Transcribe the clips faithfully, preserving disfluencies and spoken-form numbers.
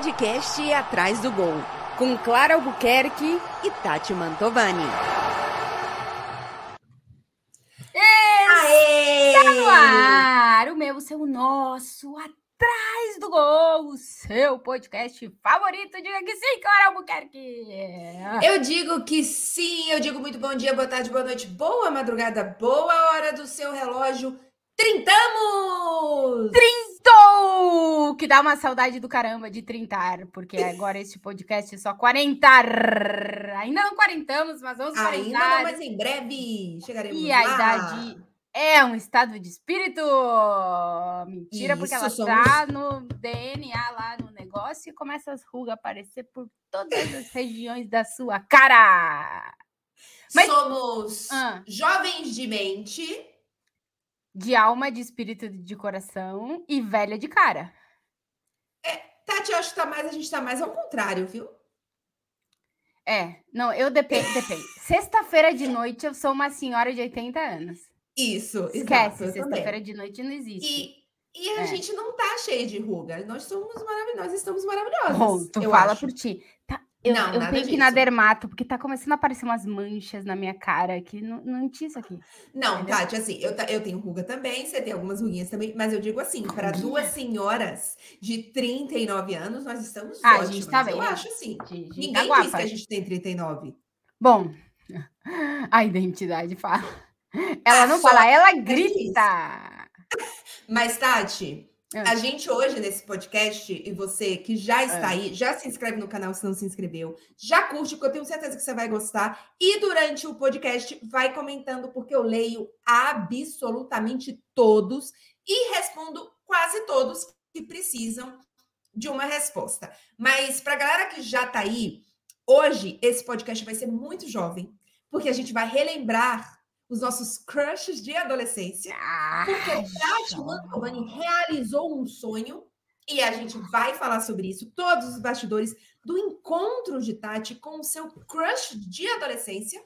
podcast Atrás do Gol, com Clara Albuquerque e Tati Mantovani. Está no ar, o meu, o seu, o nosso, Atrás do Gol, o seu podcast favorito. Diga que sim, Clara Albuquerque. Eu digo que sim, eu digo muito bom dia, boa tarde, boa noite, boa madrugada, boa hora do seu relógio. Trintamos! Trintou! Que dá uma saudade do caramba de trintar, porque agora este podcast é só quarentar. Ainda não quarentamos, mas vamos quarentar. Ainda não, mas em breve chegaremos E lá. a idade é um estado de espírito. Mentira, Isso, porque ela somos... tá no D N A lá no negócio e começa as rugas a aparecer por todas as regiões da sua cara. Mas... Somos ah, jovens de mente, de alma, de espírito, de coração e velha de cara. É, Tati, eu acho que tá mais, a gente tá mais ao contrário, viu? É, não, eu dependo, depende. Sexta-feira de noite eu sou uma senhora de oitenta anos. Isso, Esquece, exato, sexta-feira de noite não existe. E, e a É. gente não tá cheio de ruga. Nós somos maravilhosos, nós estamos maravilhosas. Bom, tu eu fala acho. por ti. Tá, eu Não, eu nada tenho que ir na disso. dermato, porque tá começando a aparecer umas manchas na minha cara que não, não tinha isso aqui. Não, Entendeu? Tati, assim, eu, ta- eu tenho ruga também, você tem algumas ruguinhas também, mas eu digo assim, para Ruguinha? duas senhoras de trinta e nove anos, nós estamos Ah, a ótimas. gente tá eu bem. acho assim. A gente tá Ninguém diz guapa. que a gente tem trinta e nove. Bom, a identidade fala. Ela Ah, não só fala, ela diz. grita. Mas, Tati, Ah. a gente hoje nesse podcast, e você que já está Ah. aí, já se inscreve no canal se não se inscreveu, já curte, porque eu tenho certeza que você vai gostar. E durante o podcast, vai comentando, porque eu leio absolutamente todos e respondo quase todos que precisam de uma resposta. Mas para a galera que já está aí, hoje esse podcast vai ser muito jovem, porque a gente vai relembrar os nossos crushes de adolescência. Ah, Porque o Tati Mantovani realizou um sonho e a gente vai falar sobre isso, todos os bastidores do encontro de Tati com o seu crush de adolescência.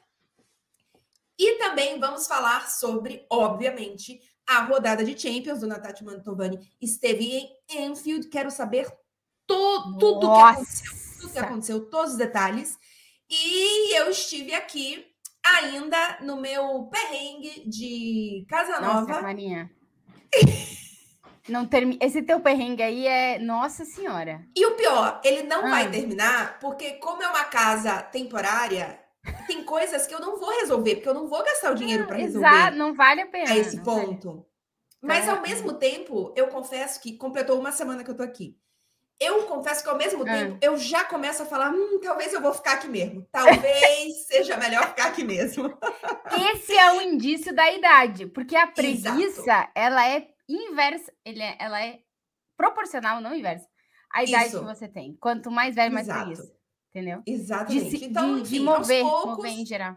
E também vamos falar sobre, obviamente, a rodada de Champions. Dona Tati Mantovani esteve em Anfield. Quero saber to- tudo o que aconteceu, tudo que aconteceu, todos os detalhes. E eu estive aqui ainda no meu perrengue de Casa Nossa, Nova. Clarinha. Não termi... Esse teu perrengue aí é... Nossa Senhora. E o pior, ele não Ah. vai terminar, porque como é uma casa temporária, tem coisas que eu não vou resolver, porque eu não vou gastar o dinheiro para resolver Exato, não vale a pena. a esse não vale. ponto. Mas Tá. ao mesmo tempo, eu confesso que completou uma semana que eu tô aqui. Eu confesso que ao mesmo Ah. tempo, eu já começo a falar, hum, talvez eu vou ficar aqui mesmo. Talvez seja melhor ficar aqui mesmo. Esse é um indício da idade, porque a preguiça, Exato. ela é inversa, ele é, ela é proporcional, não inversa, à idade Isso. que você tem. Quanto mais velho, mais Exato. preguiça. Entendeu? Exatamente. De, se- Então, de, de enfim, mover, aos poucos, mover em geral.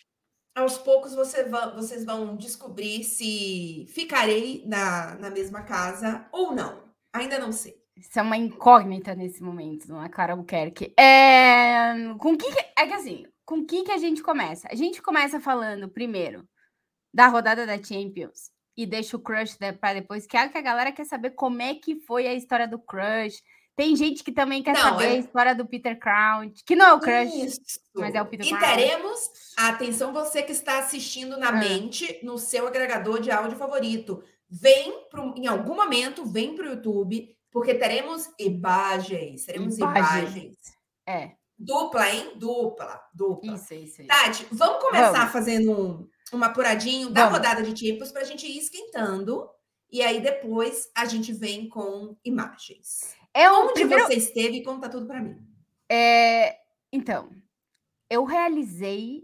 aos poucos você va- vocês vão descobrir se ficarei na, na mesma casa ou não. Ainda não sei. Isso é uma incógnita nesse momento, não é, Clara Albuquerque? É... Com que, que- é que assim, com que que a gente começa? A gente começa falando primeiro da rodada da Champions e deixa o crush para depois, que é que a galera quer saber como é que foi a história do crush. Tem gente que também quer Não, saber é- a história do Peter Crouch, que não é o crush, Isso. mas é o Peter E Crouch. teremos, atenção você que está assistindo na Ah. mente, no seu agregador de áudio favorito. Vem pro, em algum momento, vem para o YouTube, porque teremos imagens. Teremos Imagens. imagens. É, Dupla, hein? Dupla, dupla. isso, isso, isso. Tati, vamos começar Vamos. fazendo um, um apuradinho da Vamos. rodada de Champions para a gente ir esquentando. E aí depois a gente vem com imagens. É o Onde primeiro... você esteve, conta tudo para mim. É, então, eu realizei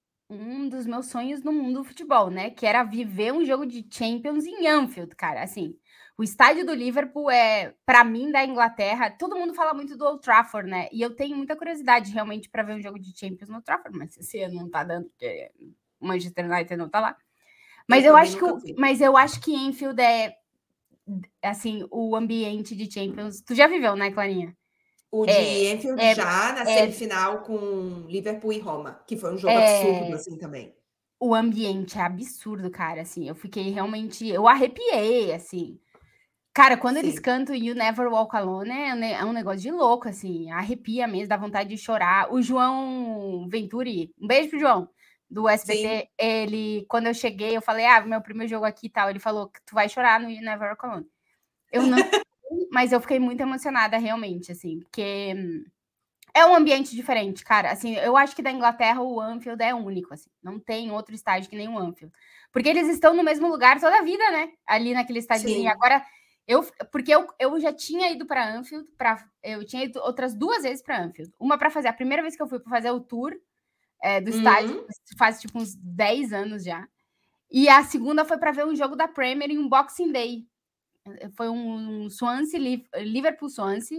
um dos meus sonhos no mundo do futebol, né? Que era viver um jogo de Champions em Anfield, cara. Assim, o estádio do Liverpool é, para mim, da Inglaterra. Todo mundo fala muito do Old Trafford, né? E eu tenho muita curiosidade realmente para ver um jogo de Champions no Old Trafford, mas esse ano não tá dando, porque o Manchester United não tá lá. Mas eu, Eu também acho que nunca o, fui. mas eu acho que Anfield é assim, o ambiente de Champions. Tu já viveu, né, Clarinha? O de É, Enfield é, já na é- semifinal com Liverpool e Roma, que foi um jogo É. absurdo assim também. O ambiente é absurdo, cara, assim, eu fiquei realmente, eu arrepiei, assim. Cara, quando Sim. eles cantam You Never Walk Alone, é um ne- é um negócio de louco, assim. Arrepia mesmo, dá vontade de chorar. O João Venturi, um beijo pro João, do S B T, Sim. ele, quando eu cheguei, eu falei, ah, meu primeiro jogo aqui e tal, ele falou que tu vai chorar no You Never Walk Alone. Eu não, mas eu fiquei muito emocionada, realmente, assim, porque hum, é um ambiente diferente, cara. Assim, eu acho que da Inglaterra o Anfield é único, assim. Não tem outro estádio que nem o Anfield. Porque eles estão no mesmo lugar toda a vida, né? Ali naquele estádiozinho. Sim. Agora, eu, porque eu, eu já tinha ido para Anfield, pra, eu tinha ido outras duas vezes para Anfield. Uma para fazer, a primeira vez que eu fui para fazer o tour é, do estádio, Uhum. faz tipo uns dez anos já. E a segunda foi para ver um jogo da Premier em um Boxing Day. Foi um Swansea, Liverpool Swansea.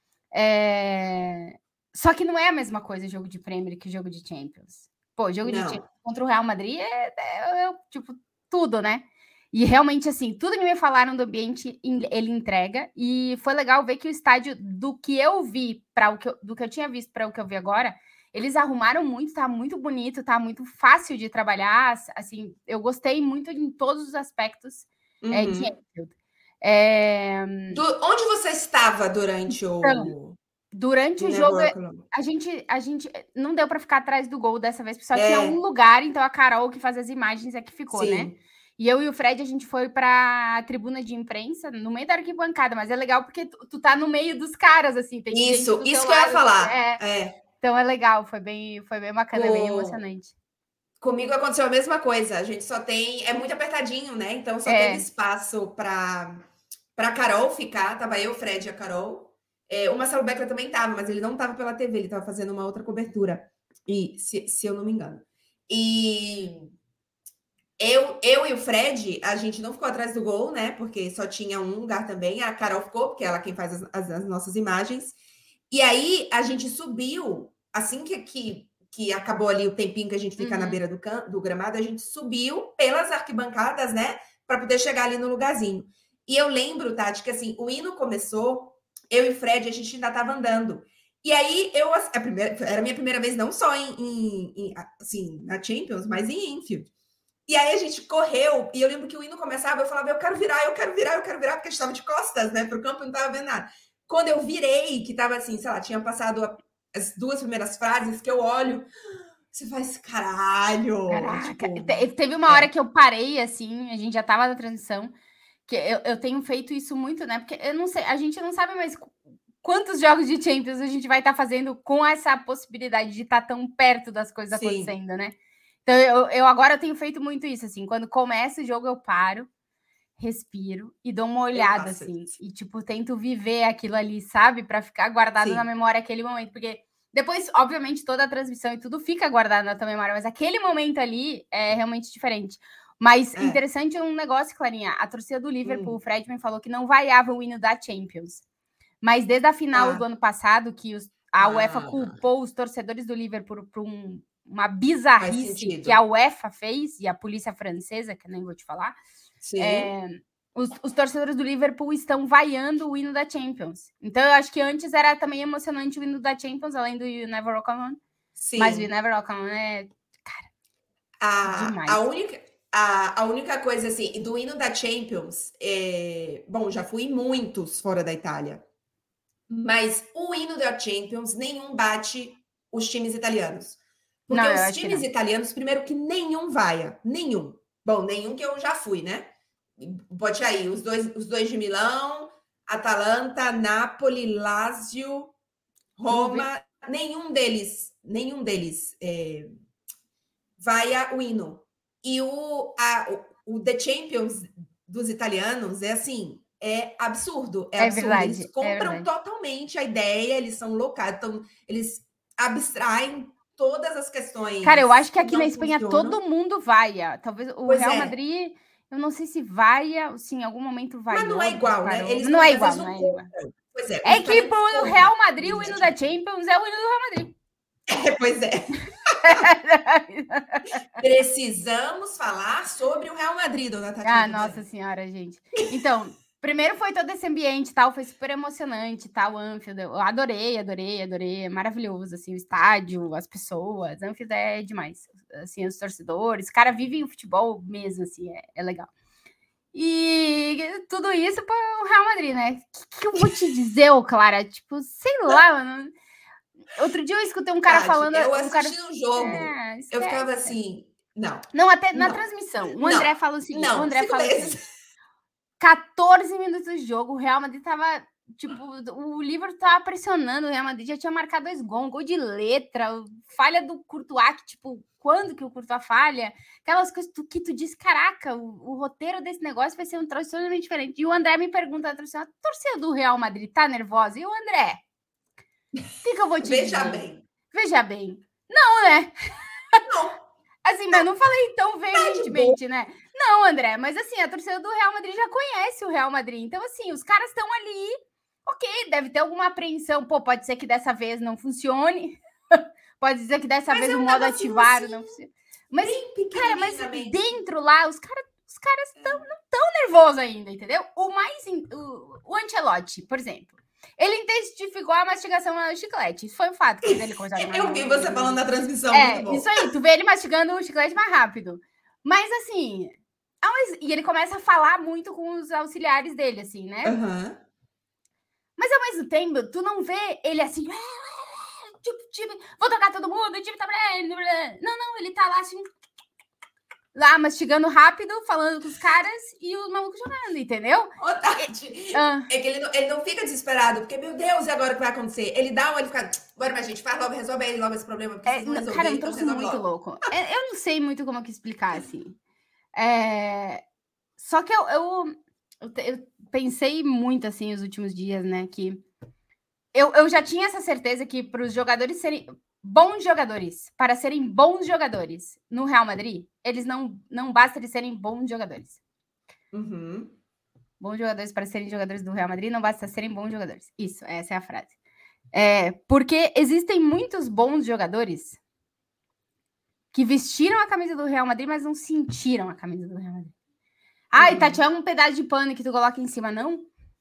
É... Só que não é a mesma coisa jogo de Premier que jogo de Champions. Pô, jogo de Champions Não. contra o Real Madrid é, é, é, tipo tudo, né? E realmente, assim, tudo que me falaram do ambiente, ele entrega. E foi legal ver que o estádio, do que eu vi, para o que eu, do que eu tinha visto para o que eu vi agora, eles arrumaram muito, tá muito bonito, tá muito fácil de trabalhar. Assim, eu gostei muito em todos os aspectos é, de Uhum. Anfield. É... Do, onde você estava durante Então, o durante You o Never jogo, Walk Alone? a gente, a gente não deu para ficar atrás do gol dessa vez, porque só tinha um É, lugar, então a Carol que faz as imagens é que ficou, né? sim. E eu e o Fred, a gente foi para a tribuna de imprensa, no meio da arquibancada, mas é legal porque tu, tu tá no meio dos caras, assim, tem gente Isso, do teu isso que eu ia lado. Assim, falar. é. É. Então é legal, foi bem, foi bem bacana, bem Com, emocionante. comigo aconteceu a mesma coisa. A gente só tem. É muito apertadinho, né? Então só teve É, espaço para para Carol ficar. Tava eu, o Fred e a Carol. É, o Marcelo Beckler também tava, mas ele não tava pela T V, ele tava fazendo uma outra cobertura. E se, se eu não me engano. E eu, eu e o Fred, a gente não ficou atrás do gol, né? Porque só tinha um lugar também. A Carol ficou, porque ela é quem faz as, as, as nossas imagens. E aí a gente subiu, assim que, que, que acabou ali o tempinho que a gente fica na uhum. beira do, can, do gramado, a gente subiu pelas arquibancadas, né? Para poder chegar ali no lugarzinho. E eu lembro, Tati, que assim, o hino começou, eu e o Fred, a gente ainda estava andando. E aí eu, a primeira, era a minha primeira vez, não só em, em, em assim, na Champions, mas em Enfield. E aí a gente correu, e eu lembro que o hino começava, eu falava, eu quero virar, eu quero virar, eu quero virar, porque a gente estava de costas, né, pro campo, não estava vendo nada. Quando eu virei, que estava assim, sei lá, tinha passado as duas primeiras frases, que eu olho, você faz caralho. Caraca, Tipo, te- teve uma hora é, que eu parei, assim, a gente já tava na transição, que eu, eu tenho feito isso muito, né? Porque eu não sei, a gente não sabe mais qu- quantos jogos de Champions a gente vai estar fazendo com essa possibilidade de estar tão perto das coisas sim, acontecendo, né? Então, eu, eu agora eu tenho feito muito isso, assim, quando começa o jogo eu paro, respiro e dou uma eu olhada, faço assim, isso. e, tipo, tento viver aquilo ali, sabe? Para ficar guardado na Sim, memória aquele momento, porque depois, obviamente, toda a transmissão e tudo fica guardado na tua memória, mas aquele momento ali é realmente diferente. Mas é. interessante um negócio, Clarinha, a torcida do Liverpool, o Hum, Fredman falou que não vaiava o hino da Champions, mas desde a final tá. do ano passado, que os, a UEFA Ah, culpou os torcedores do Liverpool por um, uma faz bizarrice que a sentido. UEFA fez, e a polícia francesa, que eu nem vou te falar, Sim, é, os, os, torcedores do Liverpool estão vaiando o hino da Champions. Então, eu acho que antes era também emocionante o hino da Champions, além do You Never Walk Alone. Mas o You sim. Never Walk Alone é, cara, A, a, demais. única, a, a única coisa, assim, do hino da Champions, é, bom, já fui em muitos fora da Itália, mas o hino da Champions, nenhum bate os times italianos. Porque Não, eu os acho que times não. italianos, primeiro que nenhum vaia, nenhum. Bom, nenhum que eu já fui, né? Bote aí, os dois, os dois de Milão, Atalanta, Napoli, Lazio, Vou ver. Roma, nenhum deles, nenhum deles é, vai o hino. E o, a, o, o The Champions dos italianos é assim, é absurdo, é É absurdo. Eles verdade, é compram verdade. totalmente a ideia, eles são loucos, então eles abstraem todas as Cara, eu questões acho que que aqui na não Espanha funcionam. todo mundo vaia. Talvez o Pois Real é, Madrid, eu não sei se vaia, se em algum momento mas não é vaiou, depois igual, né? parou. Eles Não não, é às igual, vezes não não é igual. compram. Pois é, os É que italianos pro compram Real Madrid, o o hino da hino da Champions. Champions é o hino do Real Madrid. É, pois é. Precisamos falar sobre o Real Madrid, dona Tati Ah, nossa Mantovani. senhora, gente. Então, primeiro foi todo esse ambiente, tal, foi super emocionante, tal, Anfield. Eu adorei, adorei, adorei. É maravilhoso, assim, o estádio, as pessoas. Anfield é demais. Assim, os torcedores. Os caras vivem o futebol mesmo, assim, é, é legal. E tudo isso para o Real Madrid, né? O que, que eu vou te dizer, ô Clara? Tipo, sei lá, mano. Outro dia eu escutei um cara Tati, falando. eu Um cara... assisti um jogo, É, eu ficava esquece. assim, não. Não, até na Não. transmissão. O André Não. fala o seguinte: Não, o André cinco fala vezes. assim, quatorze minutos de jogo, o Real Madrid tava. Tipo, o Liverpool tava pressionando, o Real Madrid já tinha marcado dois gols, um gol de letra, falha do Courtois, que, tipo, quando que o Courtois falha? Aquelas coisas que tu, que tu diz, caraca, o, o roteiro desse negócio vai ser um troço totalmente diferente. E o André me pergunta, a torcida, a torcida do Real Madrid tá nervosa? E o André, o que, que eu vou te Veja dizer? bem. Veja bem. Não, né? Não. Assim, mas eu não falei tão veementemente, né? Não, André, mas assim, a torcida do Real Madrid já conhece o Real Madrid. Então, assim, os caras estão ali, ok, deve ter alguma apreensão. Pô, pode ser que dessa vez não funcione. Pode ser que dessa Mas vez é o um modo negocinho ativar assim, não funcione. Mas, bem cara, mas pequenininamente. dentro lá, os caras os caras tão, não estão nervosos ainda, entendeu? O mais... in- O, o Ancelotti, por exemplo, ele intensificou a mastigação no chiclete. Isso foi um fato que ele começou a... Eu vi você falando na transmissão, É, muito bom. isso aí, tu vê ele mastigando o chiclete mais rápido. Mas assim, ao mes- e ele começa a falar muito com os auxiliares dele, assim, né? Aham. Mas ao mesmo tempo, tu não vê ele assim, tipo, tipo, vou tocar todo mundo, tipo, tá... Não, não, ele tá lá assim, lá mastigando rápido, falando com os caras e os malucos jogando, entendeu? Ô, Tati, Ah. é que ele não, ele não fica desesperado, porque, meu Deus, e agora o que vai acontecer? Ele dá uma, ele fica, bora, mas gente, faz logo, resolve aí logo esse problema, porque É, vocês vão não, resolver, cara, é um então troço resolve muito logo. louco. É, eu não sei muito como que explicar, assim. É, só que eu, eu, eu, te- eu pensei muito, assim, nos últimos dias, né, que eu, eu já tinha essa certeza que para os jogadores serem bons jogadores, para serem bons jogadores no Real Madrid, eles não, não basta eles serem bons jogadores. Uhum. Bons jogadores para serem jogadores do Real Madrid, não basta serem bons jogadores. Isso, essa é a frase. É, porque existem muitos bons jogadores que vestiram a camisa do Real Madrid, mas não sentiram a camisa do Real Madrid. Ai, Uhum. Tati, é um pedaço de pano que tu coloca em cima, não?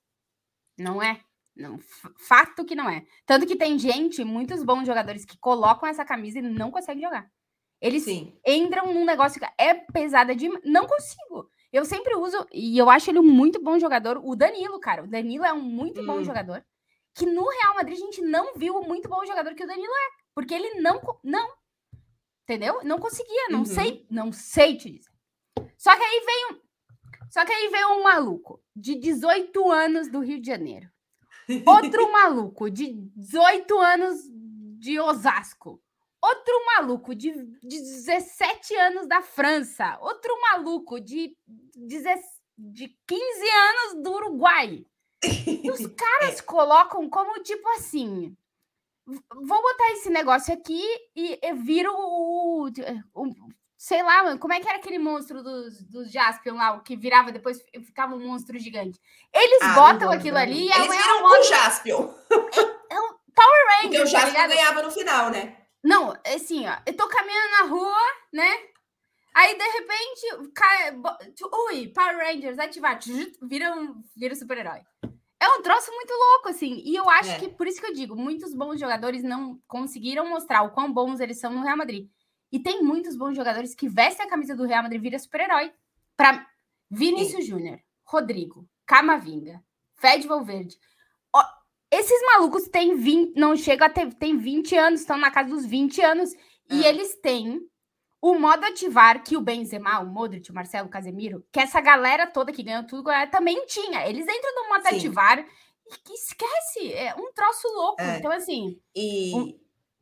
Não é. Não, f- fato que não é. Tanto que tem gente, muitos bons jogadores que colocam essa camisa e não conseguem jogar. Eles Sim. entram num negócio que é pesada de... Não consigo. Eu sempre uso, e eu acho ele um muito bom jogador, o Danilo, cara. O Danilo é um muito bom Hum. jogador, que no Real Madrid a gente não viu o muito bom jogador que o Danilo é. Porque ele não... co- Não. Entendeu? Não conseguia, não Uhum. sei, não sei te dizer. Só que aí veio um, só que aí veio um maluco de dezoito anos do Rio de Janeiro. Outro maluco de dezoito anos de Osasco. Outro maluco de, de dezessete anos da França. Outro maluco de, deze- de quinze anos do Uruguai. E os caras É. colocam como tipo assim: v- vou botar esse negócio aqui e eu viro o, o- sei lá, mano, como é que era aquele monstro dos, dos Jaspion lá, o que virava depois fi- ficava um monstro gigante. Eles Ah, não botam vou aquilo lembrar ali muito. e é, Eles é viram um modo, o Jaspion, é um Power porque o Rangers, tá Jaspion ligado? ganhava no final, né? Não, assim, ó, eu tô caminhando na rua, né? Aí, de repente, cai, bo- ui, Power Rangers, ativar, tchut, vira um, vira um super-herói. É um troço muito louco, assim. E eu acho É. que, por isso que eu digo, muitos bons jogadores não conseguiram mostrar o quão bons eles são no Real Madrid. E tem muitos bons jogadores que vestem a camisa do Real Madrid e vira super-herói. Para Vinícius Júnior, Rodrigo, Camavinga, Fede Valverde. Ó, esses malucos têm vinte, não chegam a ter, tem vinte anos, estão na casa dos vinte anos. E É. eles têm o modo ativar que o Benzema, o Modric, o Marcelo, o Casemiro, que essa galera toda que ganhou tudo ganhou, também tinha. Eles entram no modo Sim. ativar e que esquece, é um troço louco. É. Então, assim, E um-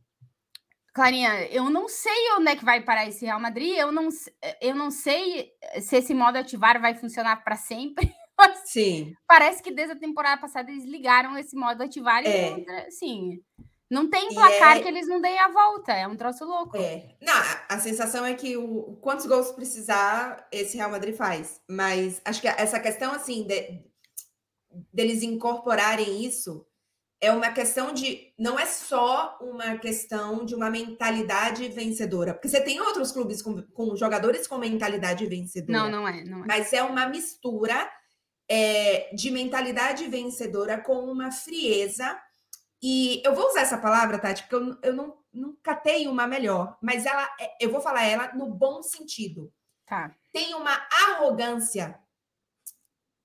Clarinha, eu não sei onde é que vai parar esse Real Madrid, eu não, se- eu não sei se esse modo ativar vai funcionar para sempre. Mas sim. parece que desde a temporada passada eles ligaram esse modo ativar e, É. não, assim, não tem E placar é- que eles não deem a volta. É um troço louco. É. Não, a, a sensação é que o, o quantos gols precisar, esse Real Madrid faz. Mas acho que essa questão, assim, de- deles incorporarem isso é uma questão de. Não é só uma questão de uma mentalidade vencedora. Porque você tem outros clubes com, com jogadores com mentalidade vencedora. Não, não é, não é. Mas é uma mistura é, de mentalidade vencedora com uma frieza. E eu vou usar essa palavra, Tati, porque eu, eu não, nunca tenho uma melhor, mas ela, eu vou falar ela no bom sentido. Tá. Tem uma arrogância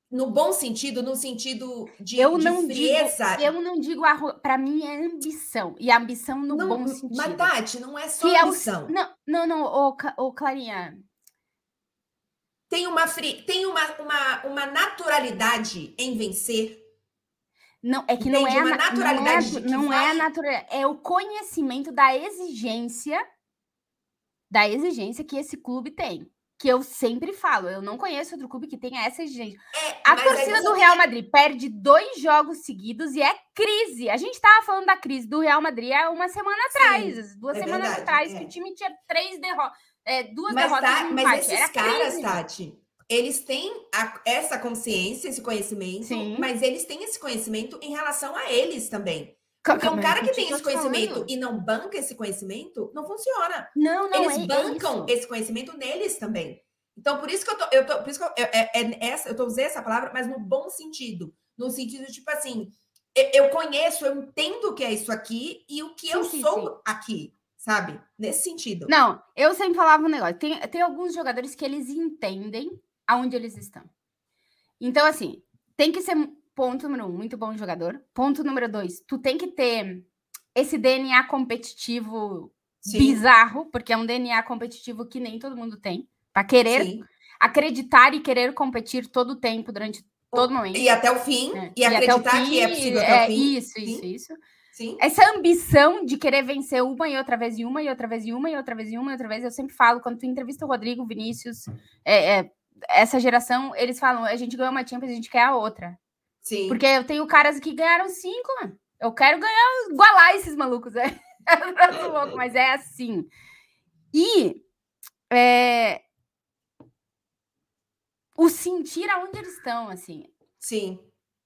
no bom sentido, no sentido de, eu de não frieza. Digo, eu não digo, para mim é ambição, e ambição no não, bom sentido. Mas, Tati, não é só que ambição. É o, não, não, não, ô, ô, Clarinha. Tem, uma, fri, tem uma, uma, uma naturalidade em vencer. Não, é que Entende? não é a uma naturalidade não é, de que não vai... é a naturalidade, é o conhecimento da exigência da exigência que esse clube tem. Que eu sempre falo, eu não conheço outro clube que tenha essa exigência. É, a torcida do Real Madrid perde dois jogos seguidos e é crise. A gente estava falando da crise do Real Madrid há uma semana Sim, atrás, duas é semanas verdade, atrás, é. que o time tinha três derrotas, é, duas mas derrotas tá, e um Mas empate. esses Era caras, crise. Tati, eles têm a, essa consciência, esse conhecimento, Sim. mas eles têm esse conhecimento em relação a eles também. Porque um cara que tem esse conhecimento falando. e não banca esse conhecimento, não funciona. Não, não, Eles é, bancam é esse conhecimento neles também. Então, por isso que eu tô, eu tô, por isso que eu, é, é essa, eu tô usando essa palavra, mas no bom sentido. No sentido, tipo assim, eu conheço, eu entendo o que é isso aqui e o que sim, eu sim, sou sim. aqui, sabe? Nesse sentido. Não, eu sempre falava um negócio. Tem, tem alguns jogadores que eles entendem aonde eles estão. Então, assim, tem que ser... Ponto número um, muito bom jogador. Ponto número dois, tu tem que ter esse D N A competitivo Sim. bizarro, porque é um D N A competitivo que nem todo mundo tem, para querer Sim. acreditar e querer competir todo o tempo, durante todo momento. E até o fim, é. e, e acreditar fim, que é possível até é, o fim. Isso, isso, Sim. isso. Sim. Essa ambição de querer vencer uma e outra vez, e uma e outra vez, e uma e outra vez, e uma e outra vez, eu sempre falo, quando tu entrevista o Rodrigo, Vinícius, é, é, essa geração, eles falam, a gente ganhou uma Champions, a gente quer a outra. Sim. Porque eu tenho caras que ganharam cinco, mano. Eu quero ganhar, igualar esses malucos. É, é louco, mas é assim. E é, o sentir aonde eles estão, assim. Sim.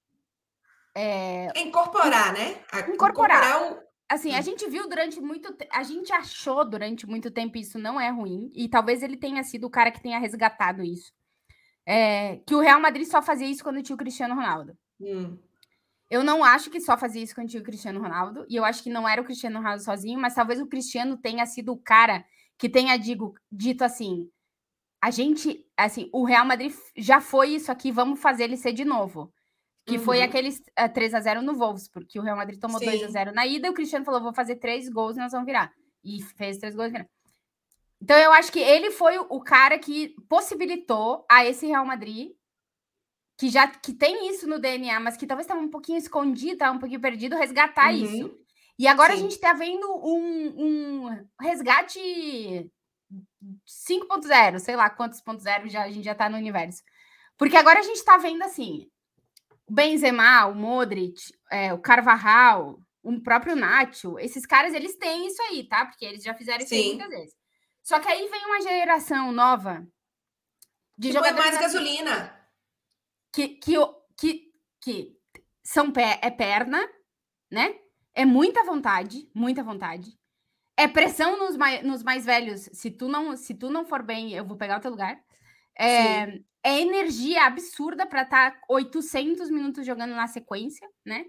É, incorporar, né? A, incorporar. incorporar o... Assim, hum. a gente viu durante muito tempo, a gente achou durante muito tempo isso não é ruim, e talvez ele tenha sido o cara que tenha resgatado isso. É, que o Real Madrid só fazia isso quando tinha o Cristiano Ronaldo. Hum. Eu não acho que só fazia isso quando tinha o Cristiano Ronaldo, e eu acho que não era o Cristiano Ronaldo sozinho, mas talvez o Cristiano tenha sido o cara que tenha digo, dito assim, a gente, assim, o Real Madrid já foi isso aqui, vamos fazer ele ser de novo. Que uhum. foi aqueles uh, três a zero no Wolfsburg, porque o Real Madrid tomou Sim. dois a zero na ida, e o Cristiano falou, vou fazer três gols e nós vamos virar. E fez três gols e virar. Então eu acho que ele foi o cara que possibilitou a esse Real Madrid que já que tem isso no D N A, mas que talvez estava um pouquinho escondido, estava um pouquinho perdido, resgatar uhum. isso. E agora Sim. a gente está vendo um, um resgate cinco ponto zero, sei lá quantos ponto zero já, a gente já está no universo. Porque agora a gente está vendo assim, o Benzema, o Modric, é, o Carvajal, o próprio Nacho, esses caras, eles têm isso aí, tá? Porque eles já fizeram isso aí muitas vezes. Só que aí vem uma geração nova de que jogadores... põe mais gasolina. Que, que, que, que são pé, é perna, né? É muita vontade, muita vontade. É pressão nos mais, nos mais velhos. Se tu, não, se tu não for bem, eu vou pegar o teu lugar. É, é energia absurda para estar tá oitocentos minutos jogando na sequência, né?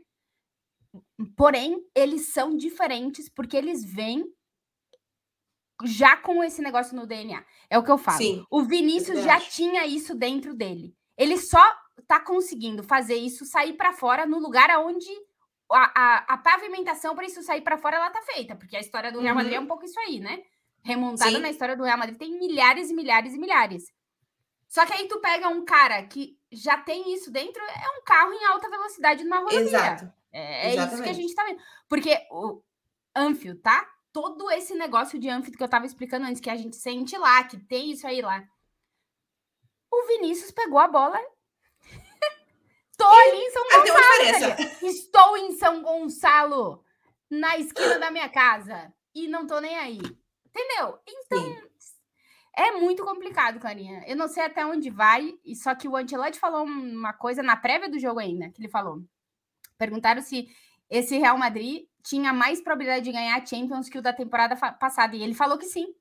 Porém, eles são diferentes porque eles vêm já com esse negócio no D N A. É o que eu falo. Sim, o Vinícius já acho. tinha isso dentro dele. Ele só tá conseguindo fazer isso sair para fora no lugar onde a, a, a pavimentação para isso sair para fora ela tá feita, porque a história do Real Madrid uhum. é um pouco isso aí, né? Remontada Sim. na história do Real Madrid tem milhares e milhares e milhares. Só que aí tu pega um cara que já tem isso dentro, é um carro em alta velocidade numa rodovia. Exato. É, é isso que a gente tá vendo. Porque o Anfield, tá? Todo esse negócio de Anfield que eu tava explicando antes, que a gente sente lá, que tem isso aí lá. O Vinícius pegou a bola. Estou ali em São Gonçalo. Estou em São Gonçalo, na esquina da minha casa. E não tô nem aí. Entendeu? Então, Sim. é muito complicado, Clarinha. Eu não sei até onde vai. Só que o Ancelotti falou uma coisa na prévia do jogo ainda, que ele falou. Perguntaram se esse Real Madrid tinha mais probabilidade de ganhar a Champions que o da temporada passada. E ele falou que sim.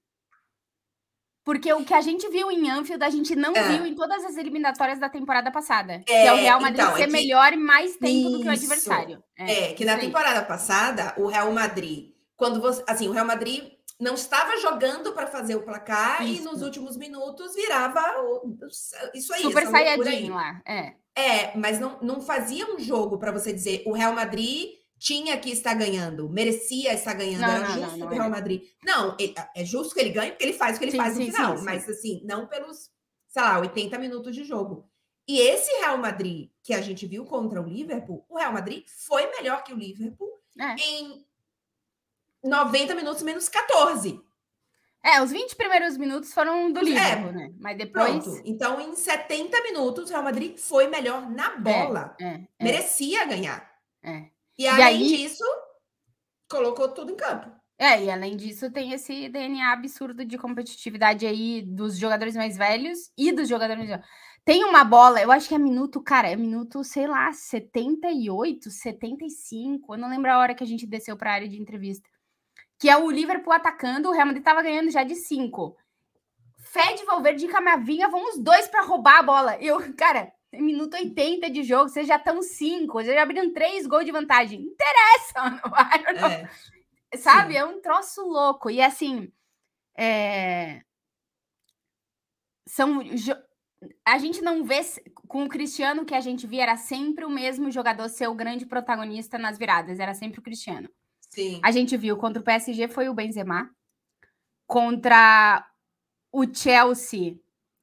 Porque o que a gente viu em Anfield, a gente não é. viu em todas as eliminatórias da temporada passada. É, que é o Real Madrid então, ser é que... melhor e mais tempo Isso. do que o adversário. É, é que na aí. temporada passada, o Real Madrid, quando você. Assim, o Real Madrid não estava jogando para fazer o placar Isso. e nos últimos minutos virava o, isso aí. Super saiyajin lá. É. É, mas não, não fazia um jogo para você dizer o Real Madrid tinha que estar ganhando, merecia estar ganhando, Não, era não, justo não, não o Real era. Madrid. Não, ele- é justo que ele ganhe porque ele faz o que ele Sim, faz no sim, final, sim, sim. mas assim, não pelos, sei lá, oitenta minutos de jogo. E esse Real Madrid que a gente viu contra o Liverpool, o Real Madrid foi melhor que o Liverpool É. em noventa minutos menos catorze. É, os vinte primeiros minutos foram do Os- é, Liverpool, né? Mas depois. Pronto. Então, em setenta minutos, o Real Madrid foi melhor na É, bola. é, é, Merecia ganhar. é. E E além aí, disso, colocou tudo em campo. é, e além disso, tem esse D N A absurdo de competitividade aí dos jogadores mais velhos e dos jogadores mais velhos. Tem uma bola, eu acho que é minuto, cara, é minuto, sei lá, setenta e oito, setenta e cinco. Eu não lembro a hora que a gente desceu para a área de entrevista. Que é o Liverpool atacando, o Real Madrid tava ganhando já de cinco. Fred, Valverde e Camavinga vão os dois para roubar a bola. Eu, cara, minuto oitenta de jogo, vocês já estão cinco, vocês já abriram três gols de vantagem. Interessa, não vai? Não. É, Sabe? sim. É um troço louco. E assim, é... são. A gente não vê com o Cristiano que a gente via, era sempre o mesmo jogador ser o grande protagonista nas viradas, era sempre o Cristiano. Sim. A gente viu contra o P S G foi o Benzema, contra o Chelsea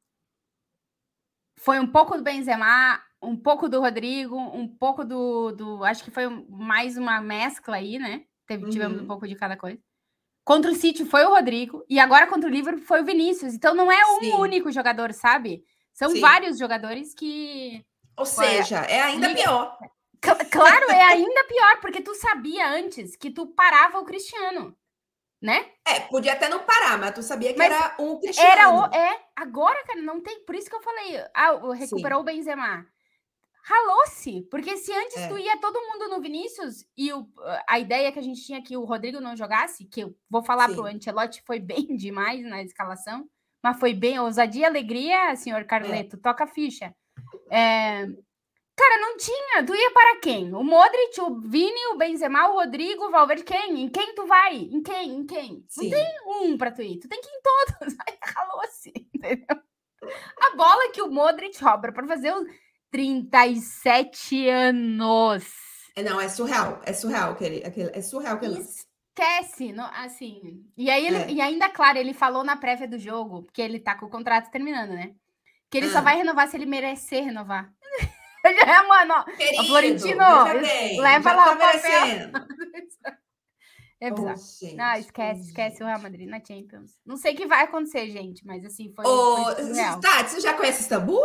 foi um pouco do Benzema, um pouco do Rodrigo, um pouco do, do acho que foi mais uma mescla aí, né? Teve, uhum. Tivemos um pouco de cada coisa. Contra o City foi o Rodrigo e agora contra o Liverpool foi o Vinícius. Então não é um Sim. único jogador, sabe? São Sim. vários jogadores que... Ou seja, é ainda Liga... pior. Claro, é ainda pior, porque tu sabia antes que tu parava o Cristiano, né? É, podia até não parar, mas tu sabia que mas era um Cristiano. Era o... É, agora, cara, não tem... Por isso que eu falei, ah, recuperou Sim. o Benzema. Ralou-se, porque se antes é. tu ia todo mundo no Vinícius e o, a ideia que a gente tinha que o Rodrigo não jogasse, que eu vou falar Sim. pro Ancelotti, foi bem demais na escalação, mas foi bem, ousadia e alegria, senhor Carleto, é. toca a ficha. É, cara, não tinha, tu ia para quem? O Modric, o Vini, o Benzema, o Rodrigo, o Valverde, quem? Em quem tu vai? Em quem? Em quem? Sim. Não tem um pra tu ir, tu tem que ir em todos, aí ralou-se, entendeu? A bola que o Modric rouba para fazer o trinta e sete anos. Não, é surreal. É surreal aquele, aquele é surreal aquele Esquece, não, assim. E aí ele, é. e ainda, claro, ele falou na prévia do jogo, porque ele tá com o contrato terminando, né? Que ele ah. só vai renovar se ele merecer renovar. Já é, mano. Querido, o Florentino, bem, leva lá tá o merecendo. papel. É bizarro. Oh, gente, não, esquece, oh, esquece gente. O Real Madrid na Champions. Não sei o que vai acontecer, gente, mas assim, foi, oh, foi surreal. Tati, você já conhece Istambul?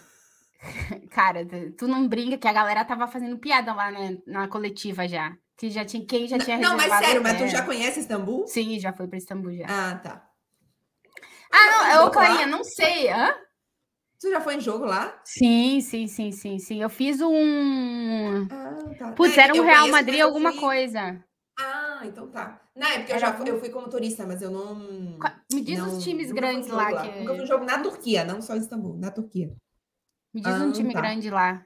Cara, tu não brinca que a galera tava fazendo piada lá, né, na coletiva já. Que já tinha, quem já tinha Não, reservado. Não, mas sério, mas tu já conhece Istambul? Sim, já foi para Istambul já. Ah, tá. Ah, não, é o Clarinha, não sei. Hã? Tu já foi em jogo lá? Sim, sim, sim, sim, sim. Eu fiz um. Ah, tá. Putz, não, era um Real conheço, Madrid alguma fui... coisa. Ah, então tá. Não, é porque eu, já fui, eu fui como turista, mas eu não. Me diz não, os times grandes lá, lá que. Nunca fui um jogo na Turquia, não só em Istambul, na Turquia. Me diz ah, um time tá. grande lá.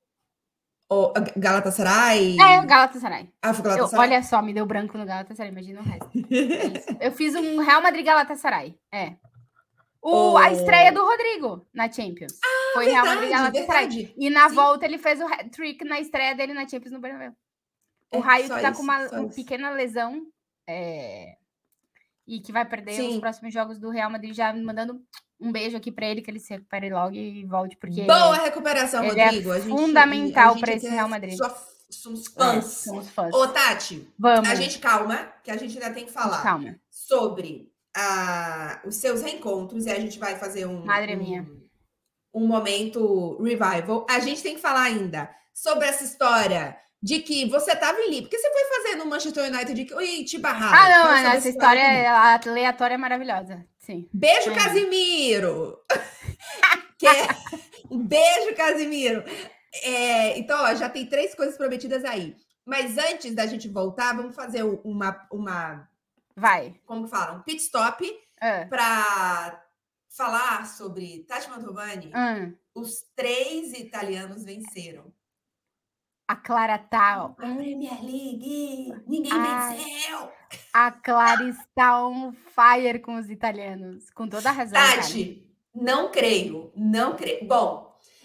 O Galatasaray? É, o Galatasaray. Ah, foi Galatasaray? Eu, olha só, me deu branco no Galatasaray, imagina o resto. É eu fiz um Real Madrid Galatasaray. É. O, oh. A estreia do Rodrigo na Champions. Ah, foi verdade, Real Madrid Galatasaray. Verdade. E na Sim. volta ele fez o hat-trick na estreia dele na Champions no Bernabéu. O é, Raio que tá isso, com uma, uma pequena lesão é, e que vai perder Sim. os próximos jogos do Real Madrid, já mandando um beijo aqui para ele, que ele se recupere logo e volte, porque boa recuperação, ele Rodrigo. É a gente, fundamental a gente para esse Real Madrid. Só, somos fãs. É, somos fãs. Ô, Tati, vamos. A gente calma, que a gente ainda tem que falar calma. sobre a, os seus reencontros e a gente vai fazer um, Madre um, minha. um momento revival. A gente tem que falar ainda sobre essa história de que você estava em Liverpool. Porque você foi fazer no Manchester United de que oi, te barraram. Ah, não, essa, essa história é aleatória, maravilhosa. Sim. Beijo, é. Casimiro! que é... Um beijo, Casimiro! É, então, ó, já tem três coisas prometidas aí. Mas antes da gente voltar, vamos fazer uma... uma Vai. Como que fala? Um pit stop é. para falar sobre Tati Mantovani. Hum. Os três italianos venceram. A Clara tá... A Premier League! Ninguém a... venceu! A Clara está on fire com os italianos. Com toda a razão, Tati, cara. não creio. Não creio. Bom,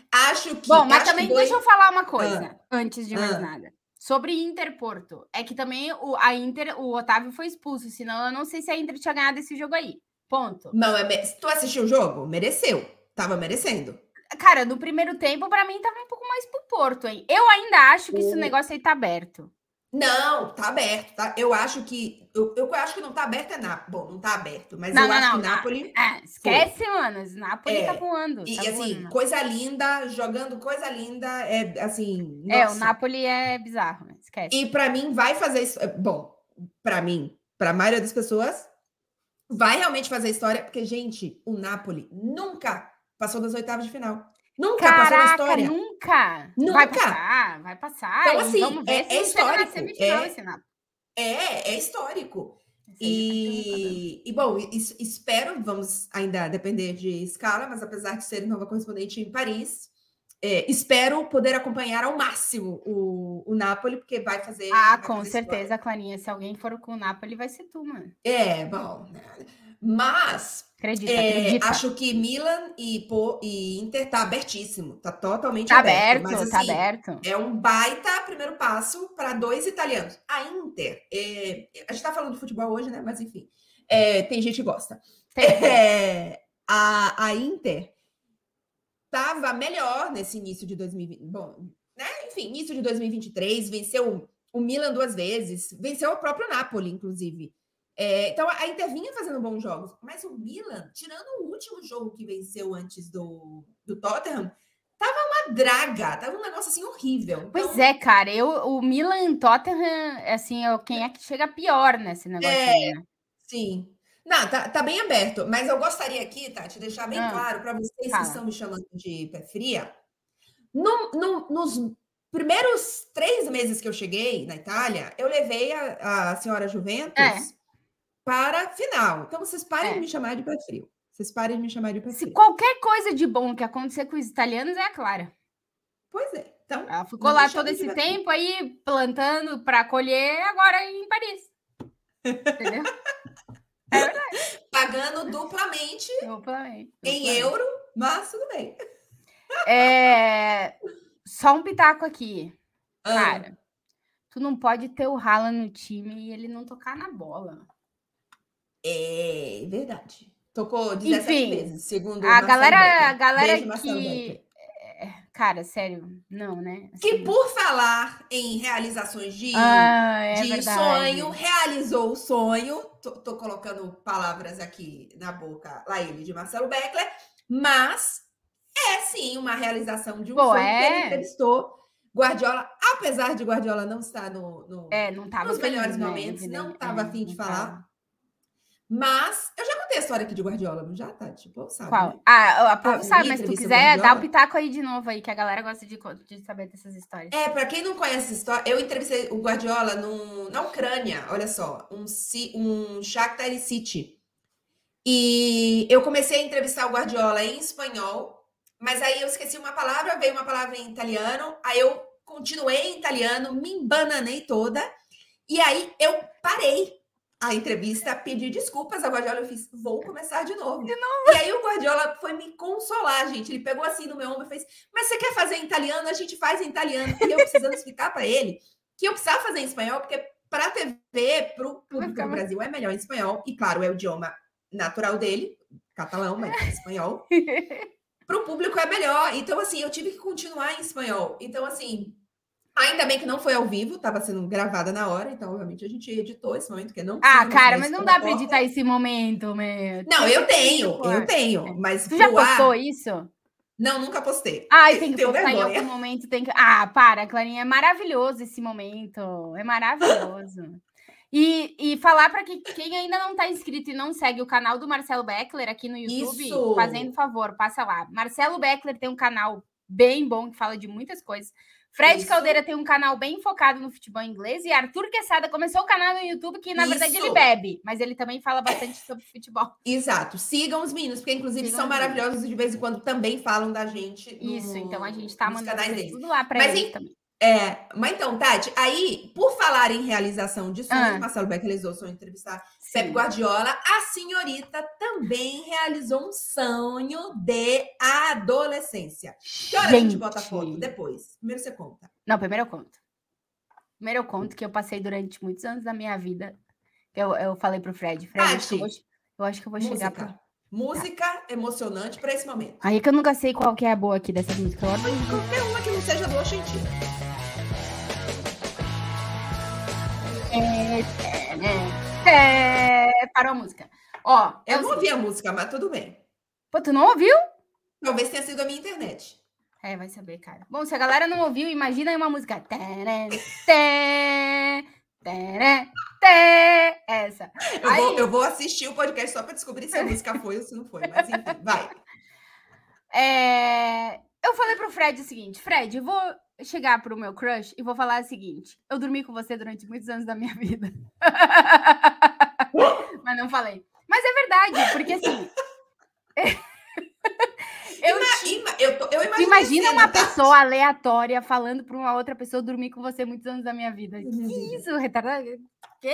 Acho que. Bom, mas acho também que dois... deixa eu falar uma coisa, ah, antes de mais ah. nada. Sobre Inter Porto. É que também o, a Inter, o Otávio foi expulso, senão eu não sei se a Inter tinha ganhado esse jogo aí. Ponto. Não, é, tu assistiu o jogo? Mereceu. Tava merecendo. Cara, no primeiro tempo, pra mim, tava um pouco mais pro Porto, hein? Eu ainda acho que o... esse negócio aí tá aberto. Não, tá aberto, tá? Eu acho que. Eu, eu acho que não tá aberto é Nápoles. Bom, não tá aberto, mas não, eu não, acho não, que Nápoles. É, esquece, foi. Mano. Nápoles é, tá voando. E, tá e assim, voando, coisa linda, jogando coisa linda. É assim. É, nossa. o Napoli é bizarro, né? Esquece. E pra mim, vai fazer isso. Bom, pra mim, pra maioria das pessoas, vai realmente fazer história, porque, gente, o Napoli nunca passou das oitavas de final. Nunca Caraca, passou na história. Nunca. Nunca. Vai passar, vai passar. Então, assim, vamos ver é, se é histórico. Na semifinal é, esse Napoli. é, é histórico. E, e, bom, is, espero, vamos ainda depender de escala, mas apesar de ser nova correspondente em Paris, é, espero poder acompanhar ao máximo o, o Napoli, porque vai fazer. Ah, vai com fazer certeza, história. Clarinha. Se alguém for com o Napoli, vai ser tu, mano. É, bom. Mas acredita, é, acredita. acho que Milan e, Pô, e Inter tá abertíssimo, tá totalmente tá aberto. aberto. Mas assim, tá aberto. é um baita primeiro passo para dois italianos. A Inter, é, a gente tá falando de futebol hoje, né? Mas enfim, é, tem gente que gosta. É, a, a Inter tava melhor nesse início de dois mil e vinte. Bom, né? Enfim, início de dois mil e vinte e três, venceu o Milan duas vezes, venceu o próprio Napoli, inclusive. É, então, a Inter vinha fazendo bons jogos, mas o Milan, tirando o último jogo que venceu antes do, do Tottenham, tava uma draga, tava um negócio assim horrível. Então, pois é, cara, eu, o Milan e Tottenham, assim, eu, quem é que chega pior nesse negócio é, aí, né? Sim. Não, tá, tá bem aberto, mas eu gostaria aqui, Tati, deixar bem ah, claro para vocês fala. que estão me chamando de pé fria. No, no, nos primeiros três meses que eu cheguei na Itália, eu levei a, a senhora Juventus é. para a final. Então, vocês parem é. de me chamar de pé frio. Vocês parem de me chamar de pé frio. Se qualquer coisa de bom que acontecer com os italianos é a Clara. Pois é. Então, ela ficou lá todo esse tempo aí, plantando para colher, agora em Paris. Entendeu? É verdade. Pagando duplamente, duplamente em duplamente. euro, mas tudo bem. É... Só um pitaco aqui. Ah. Cara, tu não pode ter o Haaland no time e ele não tocar na bola. É verdade. Tocou dezessete Enfim, vezes, segundo a Marcelo galera, Beckler. a galera Beijo, Marcelo que... Beckler. Cara, sério, não, né? Assim... Que por falar em realizações de, ah, é de sonho, realizou o sonho. Tô, tô colocando palavras aqui na boca, lá ele, de Marcelo Beckler, mas é sim uma realização de um Pô, sonho é... que ele entrevistou Guardiola, apesar de Guardiola não estar no, no, é, não tava nos feliz, melhores né? momentos, Evidente. não estava é, afim de falar. Tava. Mas eu já contei a história aqui de Guardiola, não já, Tati? O povo sabe. Qual? Né? Ah, o povo sabe, mas se tu quiser, dá o pitaco aí de novo aí, que a galera gosta de, de saber dessas histórias. É, para quem não conhece essa história, eu entrevistei o Guardiola num, na Ucrânia, olha só, um, um Shakhtar City. E eu comecei a entrevistar o Guardiola em espanhol, mas aí eu esqueci uma palavra, veio uma palavra em italiano, aí eu continuei em italiano, me embananei toda, e aí eu parei a entrevista, pedi desculpas ao Guardiola, eu fiz, vou começar de novo. de novo. E aí o Guardiola foi me consolar, gente. Ele pegou assim no meu ombro e fez, mas você quer fazer em italiano? A gente faz em italiano. E eu precisando explicar para ele que eu precisava fazer em espanhol, porque para a T V, para o público do Brasil, é melhor em espanhol. E claro, é o idioma natural dele, catalão, mas é espanhol. Para o público é melhor. Então, assim, eu tive que continuar em espanhol. Então, assim... Ainda bem que não foi ao vivo, estava sendo gravada na hora, então, obviamente, a gente editou esse momento, que não Ah, cara, mas não dá para editar esse momento, meu. Não, eu tenho, eu tenho, mas... Tu já postou isso? Não, nunca postei. Ai, tem que postar em algum momento, tem que... Ah, para, Clarinha, é maravilhoso esse momento, é maravilhoso. E, e falar para que quem ainda não está inscrito e não segue o canal do Marcelo Beckler aqui no YouTube, Isso. Fazendo favor, passa lá. Marcelo Beckler tem um canal bem bom, que fala de muitas coisas. Fred Isso. Caldeira tem um canal bem focado no futebol inglês e Arthur Quesada começou o canal no YouTube que, na Isso. verdade, ele bebe, mas ele também fala bastante sobre futebol. Exato. Sigam os meninos, porque, inclusive, Sigam são maravilhosos e de vez em quando também falam da gente. No, Isso, então a gente tá mandando canais deles. tudo lá para eles em, também. É, mas então, Tati, aí, por falar em realização de sonhos, Ah. Marcelo Beck realizou o sonho de entrevistar Sim. Pep Guardiola, a senhorita também realizou um sonho de adolescência. Que hora a gente bota a foto? Depois. Primeiro você conta. Não, primeiro eu conto. Primeiro eu conto que eu passei durante muitos anos da minha vida. Eu, eu falei pro Fred, Fred, eu acho que eu vou, eu acho que eu vou chegar pro... Música emocionante para esse momento. Aí que eu nunca sei qual que é a boa aqui dessa música. Eu adoro. Qualquer uma que não seja do Oxentina. É, é, é, parou a música. Ó, eu não ouvi a música, mas tudo bem. Pô, tu não ouviu? Talvez tenha sido a minha internet. É, vai saber, cara. Bom, se a galera não ouviu, imagina aí uma música. Tê, tê, tê, tê, essa. Eu, aí... vou, eu vou assistir o podcast só para descobrir se a música foi ou se não foi. Mas enfim, vai. É... Eu falei pro Fred o seguinte, Fred, eu vou chegar pro meu crush e vou falar o seguinte, eu dormi com você durante muitos anos da minha vida. Mas não falei. Mas é verdade, porque assim... eu, ima, eu, tô, eu imagina uma tá? pessoa aleatória falando para uma outra pessoa dormir com você muitos anos da minha vida. Que vida. Isso, retardado? Quê?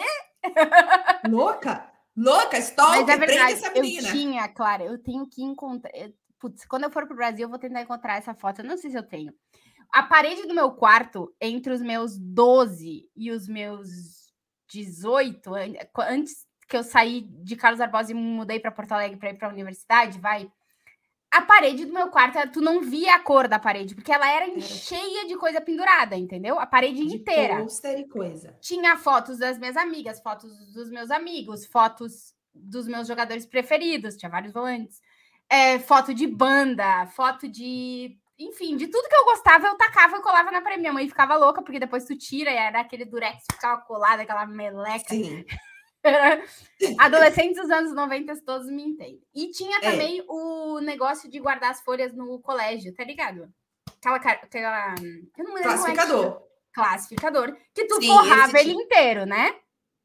Louca? Louca? Stalker? Mas é verdade, essa eu tinha, Clara, eu tenho que encontrar... Putz, quando eu for pro Brasil, eu vou tentar encontrar essa foto. Eu não sei se eu tenho. A parede do meu quarto, entre os meus doze e os meus dezoito, antes que eu saí de Carlos Barbosa e me mudei para Porto Alegre para ir para a universidade, vai... A parede do meu quarto, tu não via a cor da parede, porque ela era, era. cheia de coisa pendurada, entendeu? A parede de inteira. Pôster e coisa. Tinha fotos das minhas amigas, fotos dos meus amigos, fotos dos meus jogadores preferidos, tinha vários volantes. É, foto de banda, foto de... Enfim, de tudo que eu gostava, eu tacava e colava na parede. Minha mãe ficava louca, porque depois tu tira e era aquele durex, ficava colado, aquela meleca. Sim. Adolescentes dos anos noventa todos me entendem. E tinha também é. o negócio de guardar as folhas no colégio, tá ligado? Aquela... aquela eu não lembro. Classificador. Classificador. Que tu Sim, forrava ele tinha. inteiro, né?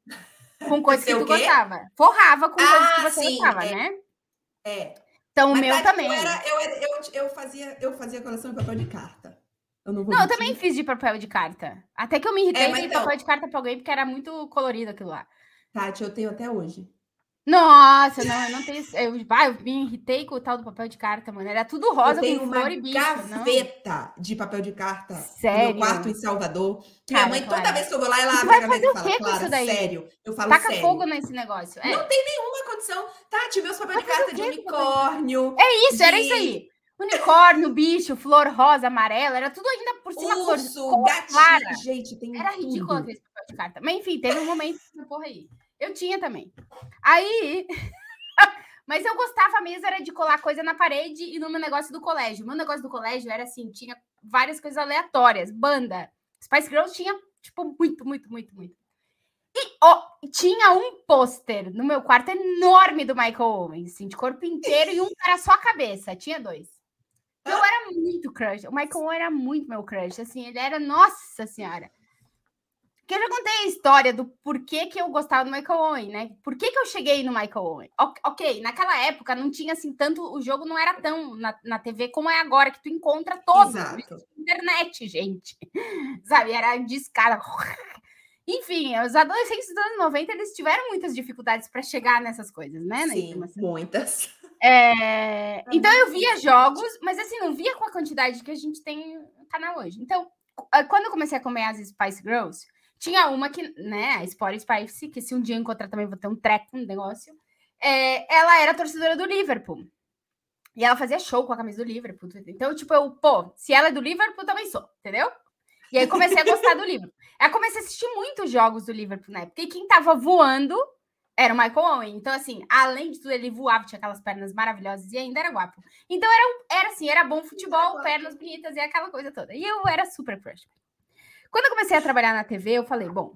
Com coisas que tu gostava. Forrava com ah, coisas que você sim, gostava, é. né? É. Então, Mas, o meu Tati, também. Eu, era, eu, era, eu, eu, fazia, eu fazia coleção de papel de carta. Eu não vou Não, eu também fiz de papel de carta. Até que eu me irritei é, de então... papel de carta pra alguém, porque era muito colorido aquilo lá. Tati, eu tenho até hoje. Nossa, não, eu não tenho... Eu, ah, eu me irritei com o tal do papel de carta, mano. Era tudo rosa, com flor e bicho. Eu tenho uma gaveta de papel de carta sério? no meu quarto em Salvador. Cara, minha mãe, claro. toda vez que eu vou lá, ela abre a gaveta e fala, Clara, sério. Eu falo Taca sério. fogo nesse negócio. É. Não tem nenhuma condição. Tati, meus papéis de carta de unicórnio. É isso, de... era isso aí. Unicórnio, bicho, flor rosa, amarela, era tudo ainda por cima Urso, flor, gatinho, gente, tem Era tudo. ridículo aquele papel de carta. Mas enfim, teve um momento dessa porra aí. Eu tinha também. Aí... Mas eu gostava mesmo, era de colar coisa na parede e no meu negócio do colégio. O meu negócio do colégio era assim, tinha várias coisas aleatórias. Banda. Spice Girls tinha, tipo, muito, muito, muito, muito. E ó, tinha um pôster no meu quarto enorme do Michael Owen, assim, de corpo inteiro e um era só a cabeça. Tinha dois. Eu era muito crush. O Michael Owen era muito meu crush, assim, ele era, nossa senhora. Que eu já contei a história do porquê que eu gostava do Michael Owen, né? Por que que eu cheguei no Michael Owen? Ok, naquela época não tinha assim tanto, o jogo não era tão na, na T V como é agora, que tu encontra todo na internet, gente. Sabe, era de escada. Enfim, os adolescentes dos anos noventa, eles tiveram muitas dificuldades para chegar nessas coisas, né? Sim, muitas. É... Então eu via jogos, mas assim, não via com a quantidade que a gente tem no canal hoje. Então, quando eu comecei a comer as Spice Girls, tinha uma que, né, a Sport Spice, que se um dia eu encontrar também vou ter um treco, um negócio. É, ela era torcedora do Liverpool. E ela fazia show com a camisa do Liverpool. Então, tipo, eu, pô, se ela é do Liverpool, também sou, entendeu? E aí comecei a gostar do Liverpool. Aí comecei a assistir muitos jogos do Liverpool, né? Porque quem tava voando era o Michael Owen. Então, assim, além de tudo, ele voava, tinha aquelas pernas maravilhosas e ainda era guapo. Então, era, era assim, era bom futebol, pernas bonitas e aquela coisa toda. E eu era super crush. Quando eu comecei a trabalhar na T V, eu falei, bom,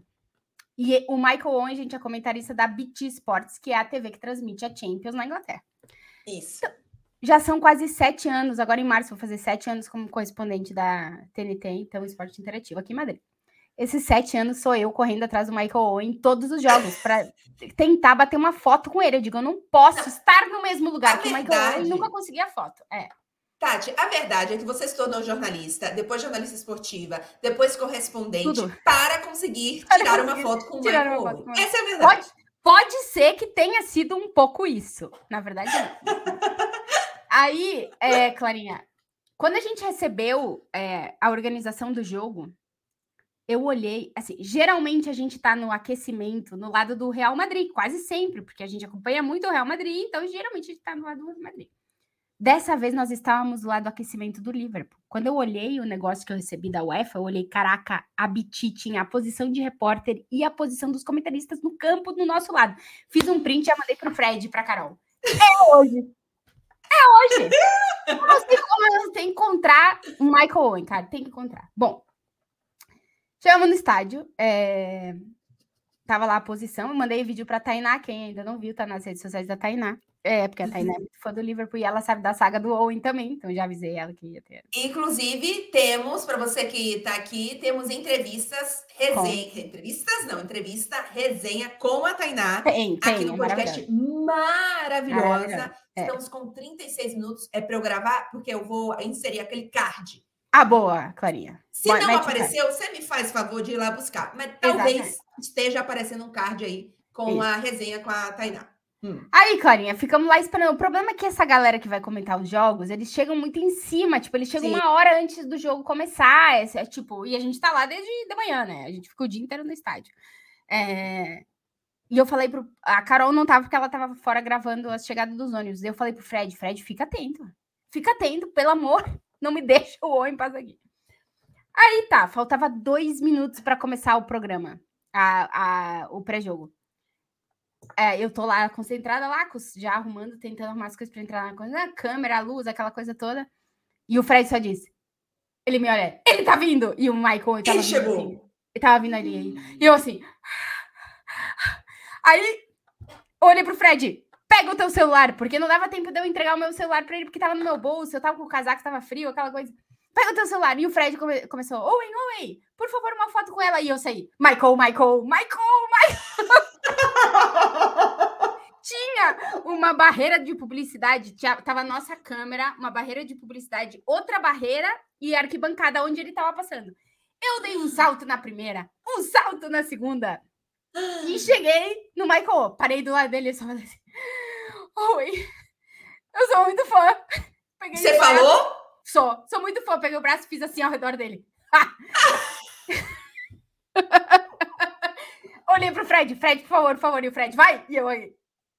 e o Michael Owen, gente, é comentarista da B T Sports, que é a T V que transmite a Champions na Inglaterra. Isso. Então, já são quase sete anos, agora em março vou fazer sete anos como correspondente da T N T, então Esporte Interativo aqui em Madrid. Esses sete anos sou eu correndo atrás do Michael Owen em todos os jogos, para tentar bater uma foto com ele. Eu digo, eu não posso estar no mesmo lugar a que o Michael Owen e nunca consegui a foto. É. Tati, a verdade é que você se tornou jornalista, depois jornalista esportiva, depois correspondente, Tudo. para conseguir Para tirar conseguir uma foto com o tirar Michael uma foto Owen. com ele. Essa é a verdade. Pode, pode ser que tenha sido um pouco isso. Na verdade, não. Aí, é, Clarinha, quando a gente recebeu é, a organização do jogo, eu olhei, assim, geralmente a gente tá no aquecimento, no lado do Real Madrid, quase sempre, porque a gente acompanha muito o Real Madrid, então geralmente a gente tá no lado do Real Madrid. Dessa vez nós estávamos do lado do aquecimento do Liverpool. Quando eu olhei o negócio que eu recebi da UEFA, eu olhei, caraca, a B T tinha a posição de repórter e a posição dos comentaristas no campo do nosso lado. Fiz um print e já mandei pro Fred e pra Carol. É hoje. É hoje. Eu não sei como eu tenho que encontrar o Michael Owen, cara. Tem que encontrar. Bom, chegamos no estádio. É... Tava lá a posição. Eu mandei vídeo pra Tainá. Quem ainda não viu, tá nas redes sociais da Tainá. É, porque a Tainá é muito fã do Liverpool e ela sabe da saga do Owen também, então já avisei ela que ia ter. Inclusive, temos, para você que está aqui, temos entrevistas, resenha. Com... Entrevistas não, entrevista, resenha com a Tainá. Tem, tem, aqui no é podcast maravilhosa. maravilhosa. Estamos é. com trinta e seis minutos. É para eu gravar, porque eu vou inserir aquele card. Ah, boa, Clarinha. Se Boa, não apareceu, você me faz favor de ir lá buscar. Mas talvez Exatamente. esteja aparecendo um card aí com Isso. a resenha com a Tainá. Hum. Aí, Clarinha, ficamos lá esperando. O problema é que essa galera que vai comentar os jogos, eles chegam muito em cima, tipo, eles chegam Sim. uma hora antes do jogo começar, é, é, tipo, e a gente tá lá desde de manhã, né? A gente ficou o dia inteiro no estádio. É... E eu falei pro... A Carol não tava porque ela tava fora gravando a chegada dos ônibus. Eu falei pro Fred, Fred, fica atento. Fica atento, pelo amor, não me deixa o Owen passar aqui. Aí tá, faltava dois minutos para começar o programa, a, a, o pré-jogo. É, eu tô lá concentrada lá, já arrumando, tentando arrumar as coisas pra entrar na coisa, a câmera, a luz, aquela coisa toda. E o Fred só disse, ele me olha, ele tá vindo! E o Michael, ele tava ele vindo chegou. Assim, ele tava vindo ali. E eu assim... Aí, eu olhei pro Fred, pega o teu celular, porque não dava tempo de eu entregar o meu celular pra ele, porque tava no meu bolso, eu tava com o casaco, tava frio, aquela coisa. Pega o teu celular. E o Fred come- começou, Owen, Owen, por favor, uma foto com ela. E eu saí, Michael, Michael, Michael, Michael. Tinha uma barreira de publicidade, tinha, tava a nossa câmera, uma barreira de publicidade, outra barreira e a arquibancada onde ele tava passando. Eu dei um salto na primeira, um salto na segunda e cheguei no Michael, parei do lado dele e só falei assim, Oi, eu sou muito fã. Peguei Você falou? Braço, sou, sou muito fã, peguei o braço e fiz assim ao redor dele. Olhei pro Fred, Fred, por favor, por favor, e o Fred, vai! E eu aí.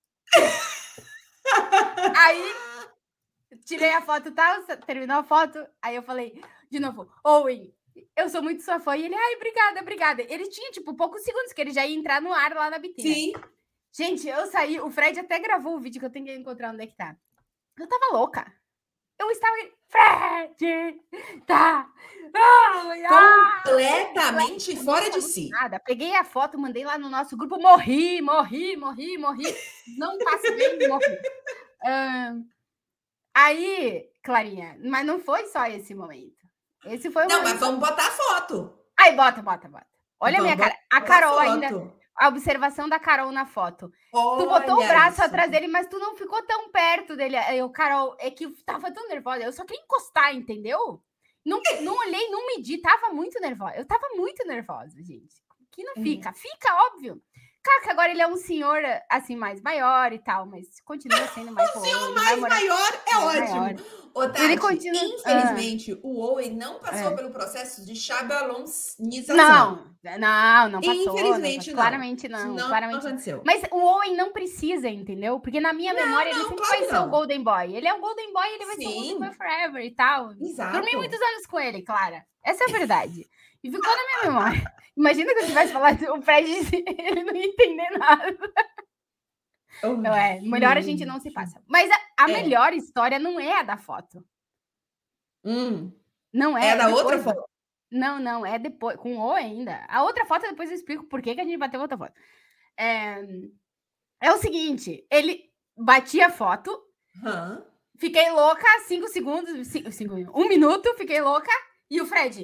Aí, tirei a foto e tal, terminou a foto, aí eu falei, de novo, Owen, eu sou muito sua fã. E ele, ai, obrigada, obrigada. Ele tinha, tipo, poucos segundos que ele já ia entrar no ar lá na B T. Sim. Gente, eu saí, o Fred até gravou o vídeo que eu tenho que encontrar onde é que tá. Eu tava louca. Eu estava, Fred, tá. Ah, completamente ah, fora de si. Nada. Peguei a foto, mandei lá no nosso grupo, morri, morri, morri, morri. Não passe bem, morri. Uh, aí, Clarinha, mas não foi só esse momento. Esse foi o Não, momento. mas vamos botar foto. Aí, bota, bota, bota. Olha vamos a minha cara. A Carol foto. ainda... A observação da Carol na foto. Olha tu botou o braço isso. atrás dele, mas tu não ficou tão perto dele. Eu, Carol, é que eu tava tão nervosa. Eu só queria encostar, entendeu? Não, não olhei, não medi. Tava muito nervosa. Eu tava muito nervosa, gente. Que não fica. Uhum. Fica, óbvio. Claro que agora ele é um senhor, assim, mais maior e tal, mas continua sendo mais... O senhor mais maior é mais ótimo. Maior. Ô, Tati, ele continua... infelizmente, ah. o Owen não passou é. pelo processo de chabalonização. Não, não, não passou. Infelizmente, não. não. Claramente não. Não claramente aconteceu. Mas o Owen não precisa, entendeu? Porque na minha não, memória, não, ele sempre claro vai ser o Golden Boy. Ele é o Golden Boy, ele vai Sim. ser o Golden Boy forever e tal. Exato. Dormi muitos anos com ele, Clara. Essa é a verdade. E ficou na minha memória. Imagina que eu tivesse falado, o Fred, ele não ia entender nada. Oh, então, é, melhor a gente não se passa. Mas a, a é. melhor história não é a da foto. Hum. Não é. É a da depois, outra foto? Não, não, é depois, com o ainda. A outra foto, depois eu explico por que, que a gente bateu outra foto. É, é o seguinte, ele batia a foto, hum. fiquei louca, cinco segundos, cinco, cinco, um minuto, fiquei louca, e o Fred...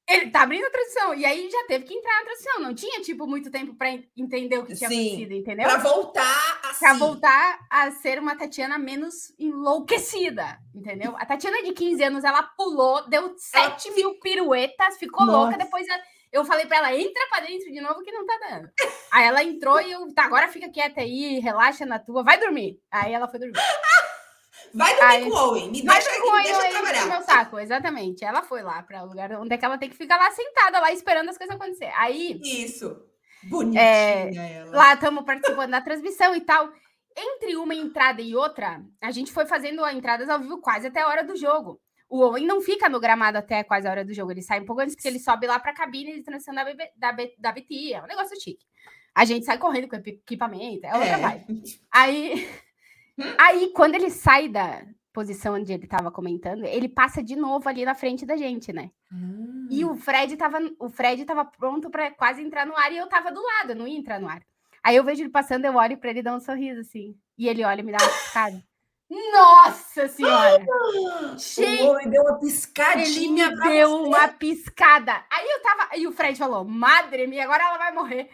Ele tá abrindo a transição. E aí já teve que entrar na transição. Não tinha, tipo, muito tempo para entender o que tinha Sim, acontecido, entendeu? Para voltar assim. Para voltar a ser uma Tatiana menos enlouquecida, entendeu? A Tatiana de quinze anos, ela pulou, deu sete ela... mil piruetas, ficou Nossa. louca. Depois eu falei para ela, entra para dentro de novo que não tá dando. Aí ela entrou e eu, tá, agora fica quieta aí, relaxa na tua, vai dormir. Aí ela foi dormir. Vai dormir aí, com o Owen, me deixa, com me deixa trabalhar. Meu saco, exatamente. Ela foi lá para o lugar onde é que ela tem que ficar lá sentada, lá esperando as coisas acontecer. Aí. Isso. Bonitinha é, ela. Lá estamos participando da transmissão e tal. Entre uma entrada e outra, a gente foi fazendo entradas ao vivo quase até a hora do jogo. O Owen não fica no gramado até quase a hora do jogo. Ele sai um pouco antes, porque ele sobe lá para a cabine de transição da, B, da, B, da B T. É um negócio chique. A gente sai correndo com equipamento. É outra é. vibe. Aí. Aí, quando ele sai da posição onde ele estava comentando, ele passa de novo ali na frente da gente, né? Hum. E o Fred estava o Fred tava pronto para quase entrar no ar e eu estava do lado, eu não ia entrar no ar. Aí eu vejo ele passando, eu olho para ele dar um sorriso assim. E ele olha e me dá uma piscada. Nossa Senhora! Gente, o deu uma piscadinha. Ele me deu você. uma piscada. Aí eu tava. E o Fred falou: Madre minha, agora ela vai morrer.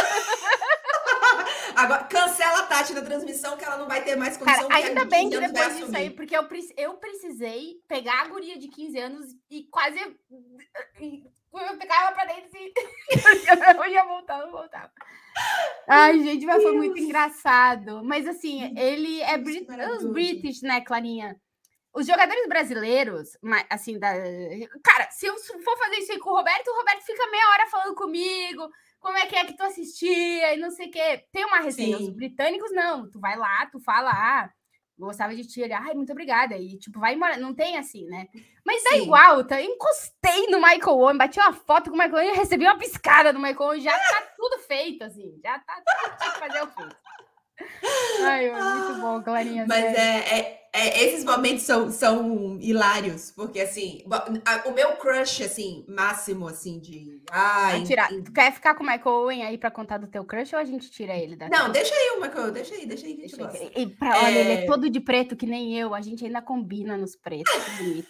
Agora, cancela a Tati da transmissão, que ela não vai ter mais condição. Cara, ainda bem que depois disso aí, porque eu, eu precisei pegar a guria de quinze anos e quase eu pegava ela pra dentro e eu ia voltar, não voltava. Ai, gente, mas foi muito engraçado. Mas assim, ele é brit os British, né, Clarinha? Os jogadores brasileiros, assim, da... cara, se eu for fazer isso aí com o Roberto, o Roberto fica meia hora falando comigo. Como é que é que tu assistia e não sei o quê. Tem uma resenha. Sim. Os britânicos, não. Tu vai lá, tu fala, ah, gostava de ti. Ele, ai, muito obrigada. E, tipo, vai embora. Não tem assim, né? Mas dá igual. Tá? Eu encostei no Michael Owen, bati uma foto com o Michael Owen e recebi uma piscada do Michael Owen. Já tá tudo feito, assim. Já tá tudo que fazer o feito. Ai, é muito bom, Clarinha. Mas é, é, é, esses momentos são, são hilários, porque assim, a, o meu crush, assim, máximo, assim, de. Ai, tirar. Tu quer ficar com o Michael Owen aí pra contar do teu crush ou a gente tira ele da Não, deixa aí o Michael, deixa aí, deixa aí que a gente deixa gosta. E pra, olha, é... ele é todo de preto que nem eu, a gente ainda combina nos pretos, que bonito.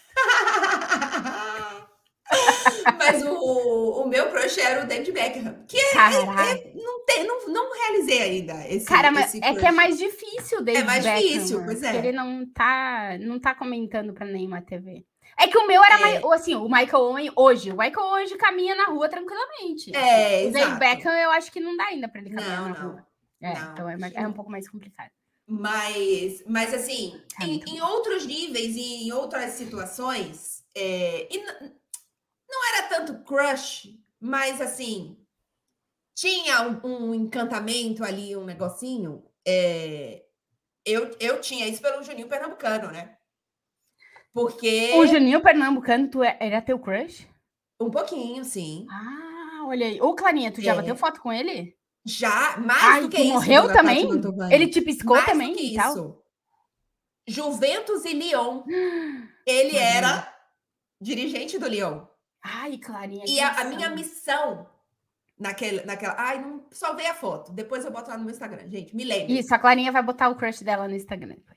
Mas o, o meu crush era o David Beckham, que é, é, é, não, tem, não, não realizei ainda esse Cara, mas esse é que é mais difícil o David Beckham. É mais difícil, mano, pois é. Ele não tá, não tá comentando pra nenhuma T V. É que o meu era é. mais, assim, o Michael Owen hoje, o Michael Owen hoje caminha na rua tranquilamente. É, o exato. David Beckham eu acho que não dá ainda pra ele caminhar não, na não, rua. É, não, então é, mais, é um pouco mais complicado. Mas, mas assim, é em, em outros níveis e em outras situações, é, e não era tanto crush, mas assim, tinha um, um encantamento ali, um negocinho. É, eu, eu tinha isso pelo Juninho Pernambucano, né? Porque... O Juninho Pernambucano, tu era teu crush? Um pouquinho, sim. Ah, olha aí. Ô, Clarinha, tu já é. bateu foto com ele? Já, mais Ai, do que tu isso. Morreu também? Ele te piscou mais também do que e tal? Isso. Juventus e Lyon. Ele Clarinha. era dirigente do Lyon. Ai, Clarinha. E a, a minha missão naquele, naquela. Ai, não salvei a foto. Depois eu boto lá no meu Instagram, gente. Me lembre. Isso, a Clarinha vai botar o crush dela no Instagram depois.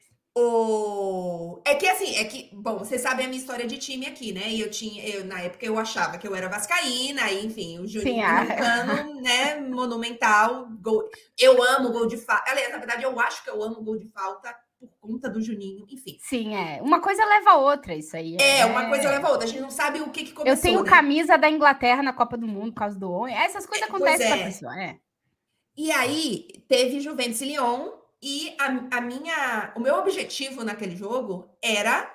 O... É que assim, é que, bom, vocês sabem a minha história de time aqui, né? E eu tinha, eu, na época eu achava que eu era vascaína, e, enfim, o Juninho Pernambucano, né? Monumental. Gol... Eu amo gol de falta. Aliás, na verdade, eu acho que eu amo gol de falta por conta do Juninho, enfim. Sim, é. Uma coisa leva a outra, isso aí. É, é uma coisa leva a outra. A gente não sabe o que, que começou. Eu tenho né? camisa da Inglaterra na Copa do Mundo por causa do Owen. Essas coisas acontecem é. com a pessoa, é. E aí, teve Juventus e Lyon. E a, a minha, o meu objetivo naquele jogo era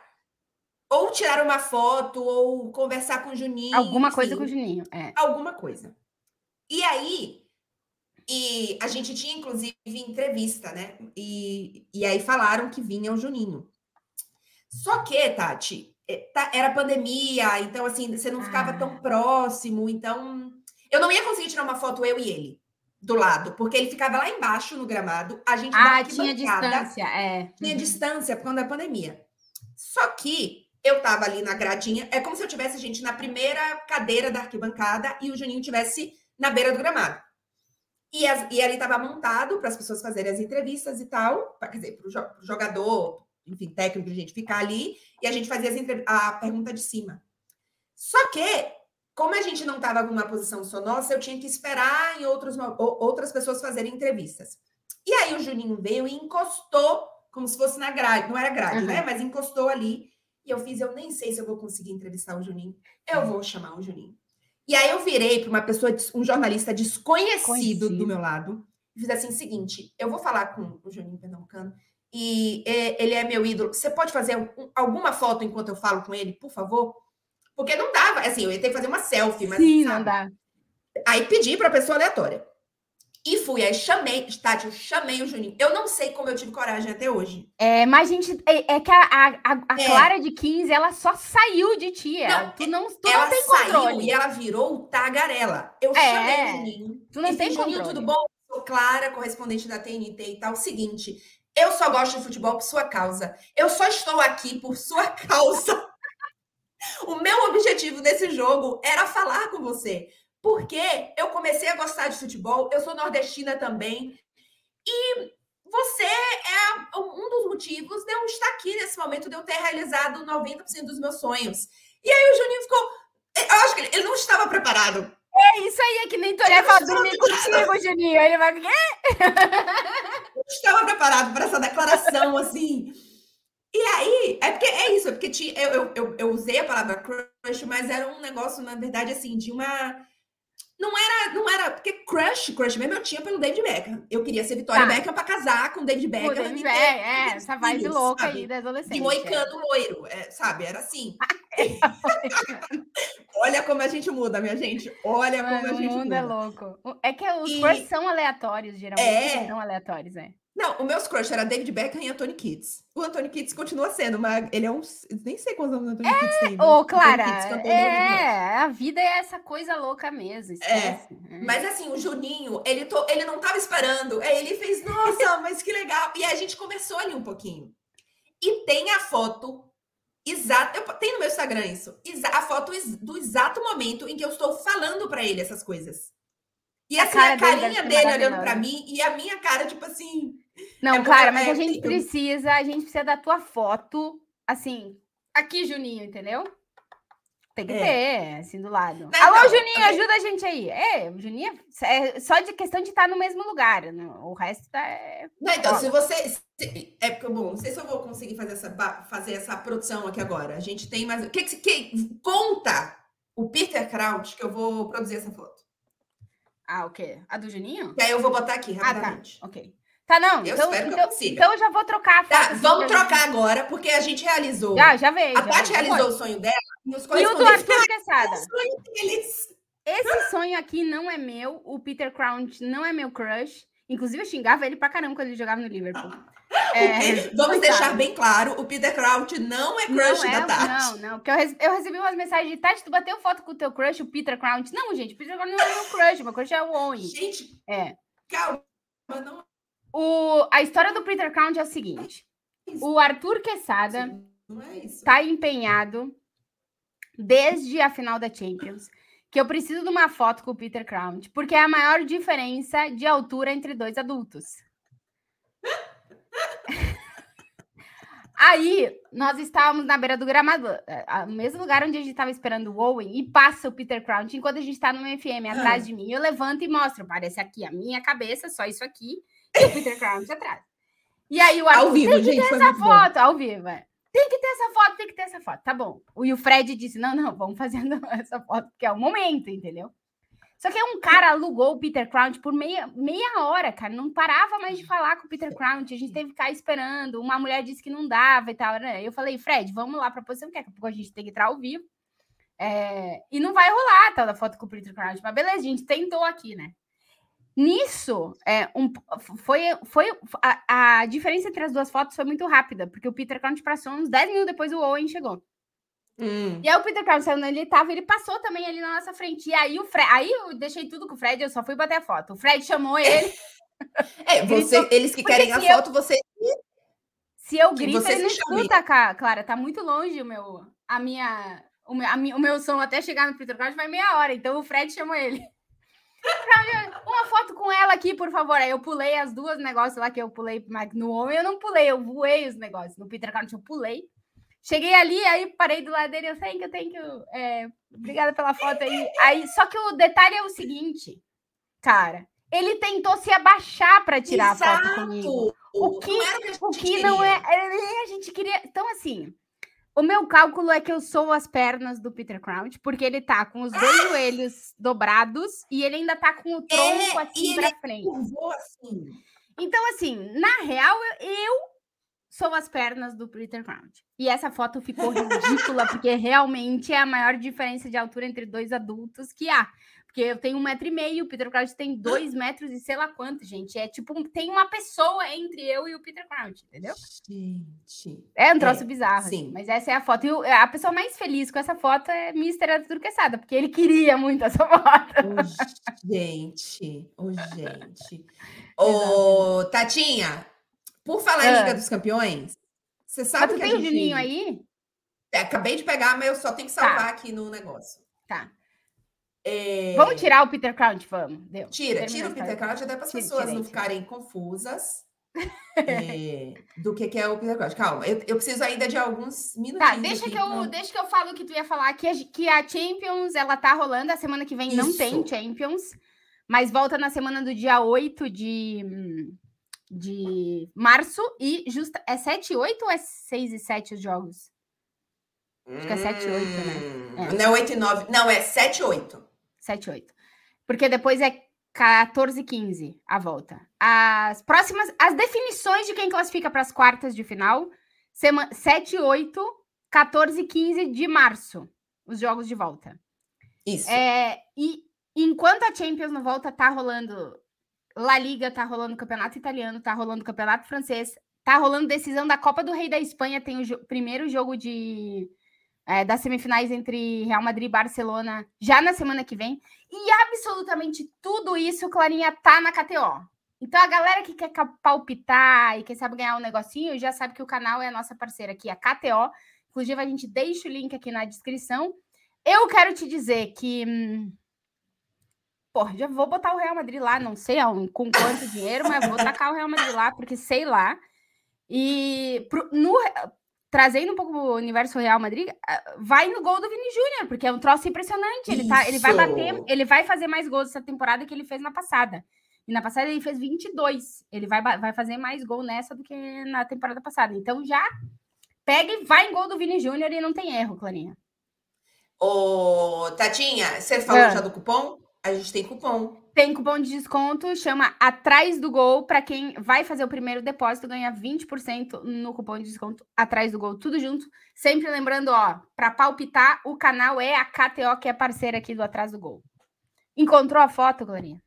ou tirar uma foto ou conversar com o Juninho. Alguma enfim, coisa com o Juninho, é. Alguma coisa. E aí, e a gente tinha, inclusive, entrevista, né? E, e aí falaram que vinha o Juninho. Só que, Tati, era pandemia, então, assim, você não ficava ah. tão próximo. Então, eu não ia conseguir tirar uma foto eu e ele. Do lado, porque ele ficava lá embaixo no gramado, a gente ah, tinha distância, é. Tinha uhum. distância por conta da pandemia. Só que eu tava ali na gradinha, é como se eu tivesse a gente na primeira cadeira da arquibancada e o Juninho tivesse na beira do gramado. E, as, e ali tava montado para as pessoas fazerem as entrevistas e tal, pra, quer dizer, para o jogador, enfim, técnico, a gente ficar ali, e a gente fazia as a pergunta de cima. Só que como a gente não estava numa posição só nossa, eu tinha que esperar em outros, outras pessoas fazerem entrevistas. E aí o Juninho veio e encostou, como se fosse na grade, não era grade, uhum. né? Mas encostou ali. E eu fiz, eu nem sei se eu vou conseguir entrevistar o Juninho. Eu vou chamar o Juninho. E aí eu virei para uma pessoa, um jornalista desconhecido Conhecido. do meu lado, e fiz assim, seguinte, eu vou falar com o Juninho Pernambucano, e ele é meu ídolo. Você pode fazer alguma foto enquanto eu falo com ele, por favor? Porque não dava, assim, eu ia ter que fazer uma selfie, mas Sim, sabe? não dá. Aí pedi para a pessoa aleatória. E fui, aí chamei, Tati, eu chamei o Juninho. Eu não sei como eu tive coragem até hoje. É, mas a gente, é, é que a, a, a é. Clara de quinze, ela só saiu de ti. Ela, não, tu não, tu ela não tem saiu controle. E ela virou o tagarela. Eu é, chamei o Juninho. Tu não e tem Juninho, controle. tudo bom? Eu sou Clara, correspondente da T N T e tal. Seguinte, eu só gosto de futebol por sua causa. Eu só estou aqui por sua causa. O meu objetivo nesse jogo era falar com você. Porque eu comecei a gostar de futebol, eu sou nordestina também, e você é um dos motivos de eu estar aqui nesse momento, de eu ter realizado noventa por cento dos meus sonhos. E aí o Juninho ficou... Eu acho que ele, ele não estava preparado. É isso aí, é que nem tu olhar pra dormir contigo, Juninho. Ele vai... Eu não estava preparado para essa declaração, assim... E aí, é porque é isso, é porque tinha, eu, eu, eu, eu usei a palavra crush, mas era um negócio, na verdade, assim, de uma... Não era, não era, porque crush, crush mesmo eu tinha pelo David Beckham. Eu queria ser Victoria tá. Beckham para casar com David Beckham. O David Beckham, é, essa vibe filhos, louca sabe? Aí da adolescente. De moicano é. loiro, é, sabe? Era assim. Olha como a gente muda, minha gente. Olha Mano, como a gente muda. O mundo é louco. É que os e... crush são aleatórios, geralmente. É... São aleatórios, é. Não, o meus crush era David Beckham e Anthony Kiedis. O Anthony Kiedis continua sendo, mas ele é um... Nem sei quantos anos o Anthony é... Kiedis tem. Ô, Clara, é... a vida é essa coisa louca mesmo, esquece. É. É. Mas assim, o Juninho, ele, to... ele não estava esperando. Aí ele fez, nossa, mas que legal. E a gente conversou ali um pouquinho. E tem a foto exata... Tem no meu Instagram isso. A foto do exato momento em que eu estou falando para ele essas coisas. E assim, a, a carinha dele, dele olhando para mim e a minha cara, tipo assim... Não, é Clara, porque, mas é, a gente eu... precisa, a gente precisa da tua foto, assim, aqui, Juninho, entendeu? Tem que é. ter, assim, do lado. Não, Alô, não, Juninho, também... ajuda a gente aí. É, o Juninho é só de questão de estar no mesmo lugar, o resto tá... É... Não, então, se você... Se, é porque, bom, não sei se eu vou conseguir fazer essa, fazer essa produção aqui agora. A gente tem mais... Que, que, conta o Peter Crouch que eu vou produzir essa foto. Ah, o quê? A do Juninho? E aí eu vou botar aqui, rapidamente. Ah, tá. Ok. Tá, não. Eu então, espero que então, eu consiga. Então eu já vou trocar a foto. Tá, vamos trocar agora, porque a gente realizou. Já, já veio. A Paty realizou foi. o sonho dela. E, os e o do Arthur Quesada. O sonho deles. Esse sonho aqui não é meu. O Peter Crouch não é meu crush. Inclusive, eu xingava ele pra caramba quando ele jogava no Liverpool. É, vamos deixar bem claro, o Peter Crouch não é crush não é, da Tati. Não, não, porque eu, rece eu recebi umas mensagens de Tati, tu bateu foto com o teu crush, o Peter Crouch. Não, gente, o Peter Crouch não é meu crush, meu crush é o Owen. Gente, é. calma, não... O, a história do Peter Crouch é a seguinte. O Arthur Quesada não é isso. tá empenhado desde a final da Champions que eu preciso de uma foto com o Peter Crouch, porque é a maior diferença de altura entre dois adultos. Aí, nós estávamos na beira do gramado, no mesmo lugar onde a gente estava esperando o Owen, e passa o Peter Crouch, enquanto a gente está no F M atrás de mim, eu levanto e mostro, parece aqui a minha cabeça, só isso aqui, e o Peter Crouch atrás. E aí o Arthur, ao vivo, tem que gente, ter essa foto, bom. ao vivo, é. Tem que ter essa foto, tem que ter essa foto, tá bom. E o Fred disse, não, não, vamos fazendo essa foto, porque é o momento, entendeu? Só que um cara alugou o Peter Crouch por meia, meia hora, cara. Não parava mais de falar com o Peter Crouch. A gente teve que ficar esperando. Uma mulher disse que não dava e tal. Né? Eu falei, Fred, vamos lá para a posição, que daqui a pouco a gente tem que entrar ao vivo. É... E não vai rolar tal da foto com o Peter Crouch. Mas beleza, a gente tentou aqui, né? Nisso, é, um, foi, foi a, a diferença entre as duas fotos foi muito rápida, porque o Peter Crouch passou uns dez minutos depois o Owen chegou. Hum. E aí o Peter Crouch saiu onde ele tava, ele passou também ali na nossa frente. E aí o Fred, aí eu deixei tudo com o Fred, eu só fui bater a foto. O Fred chamou ele. É, você, gritou, eles que querem a foto, eu, você. Se eu grito, ele não escuta, Clara. Tá muito longe o meu, a minha, o meu, a minha, o meu som até chegar no Peter Crouch vai meia hora. Então o Fred chamou ele. Uma foto com ela aqui, por favor. Aí eu pulei as duas negócios lá que eu pulei no homem, eu não pulei, eu voei os negócios. No Peter Crouch eu pulei. Cheguei ali, aí parei do lado dele, eu thank you, thank you. É, obrigada pela foto aí. aí. Só que o detalhe é o seguinte, cara. Ele tentou se abaixar para tirar Exato. a foto comigo. O que não, era que o que não é, é. A gente queria. Então, assim, o meu cálculo é que eu sou as pernas do Peter Crouch, porque ele tá com os dois ah! joelhos dobrados e ele ainda tá com o tronco é, assim para frente. Assim. Então, assim, na real, eu sou as pernas do Peter Crouch. E essa foto ficou ridícula, porque realmente é a maior diferença de altura entre dois adultos que há. Porque eu tenho um metro e meio, o Peter Crouch tem dois metros e sei lá quanto, gente. É tipo, tem uma pessoa entre eu e o Peter Crouch, entendeu? Gente. É um troço é, bizarro, sim. Assim, mas essa é a foto. E a pessoa mais feliz com essa foto é mister Arthur Quesada, porque ele queria muito essa foto. Oh, gente, ô, oh, gente. Ô, oh, Tatinha, por falar em ah. Liga dos Campeões, você sabe mas tu que tem a o gente... Juninho aí? É, acabei de pegar, mas eu só tenho que salvar tá. aqui no negócio. Tá. É... Vamos tirar o Peter Crouch, vamos. Deu. Tira, Termina tira o Peter Crouch até para as pessoas tirei, não ficarem tirei. confusas é, do que, que é o Peter Crouch. Calma, eu, eu preciso ainda de alguns minutinhos. Tá, deixa que, eu, pra... deixa que eu falo o que tu ia falar, que a, que a Champions, ela tá rolando, a semana que vem Isso. não tem Champions, mas volta na semana do dia oito de, de março e justa, é sete e oito ou é seis e sete os jogos? Acho que é sete e oito, né? É. Não é oito e nove, não, é sete e oito. sete e oito. Porque depois é quatorze e quinze a volta. As próximas, as definições de quem classifica para as quartas de final, sema, sete e oito, quatorze e quinze de março, os jogos de volta. Isso. É, e enquanto a Champions não volta, tá rolando La Liga, tá rolando o Campeonato Italiano, tá rolando o Campeonato Francês, tá rolando decisão da Copa do Rei da Espanha, tem o jo- primeiro jogo de... É, das semifinais entre Real Madrid e Barcelona já na semana que vem. E absolutamente tudo isso, Clarinha, tá na K T O. Então, a galera que quer palpitar e quem sabe ganhar um negocinho, já sabe que o canal é a nossa parceira aqui, a K T O. Inclusive, a gente deixa o link aqui na descrição. Eu quero te dizer que... Hum, pô, já vou botar o Real Madrid lá, não sei com quanto dinheiro, mas vou tacar o Real Madrid lá, porque sei lá. E pro, no... trazendo um pouco o universo Real Madrid, vai no gol do Vini Júnior, porque é um troço impressionante. Ele, tá, ele vai bater, ele vai fazer mais gols essa temporada que ele fez na passada. E na passada ele fez vinte e dois. Ele vai, vai fazer mais gol nessa do que na temporada passada. Então já pega e vai em gol do Vini Júnior e não tem erro, Clarinha. Ô, Tatinha, você falou é. já do cupom? A gente tem cupom. Tem cupom de desconto, chama Atrás do Gol, para quem vai fazer o primeiro depósito, ganha vinte por cento no cupom de desconto Atrás do Gol, tudo junto. Sempre lembrando, ó, para palpitar, o canal é a K T O, que é parceira aqui do Atrás do Gol. Encontrou a foto, Glorinha?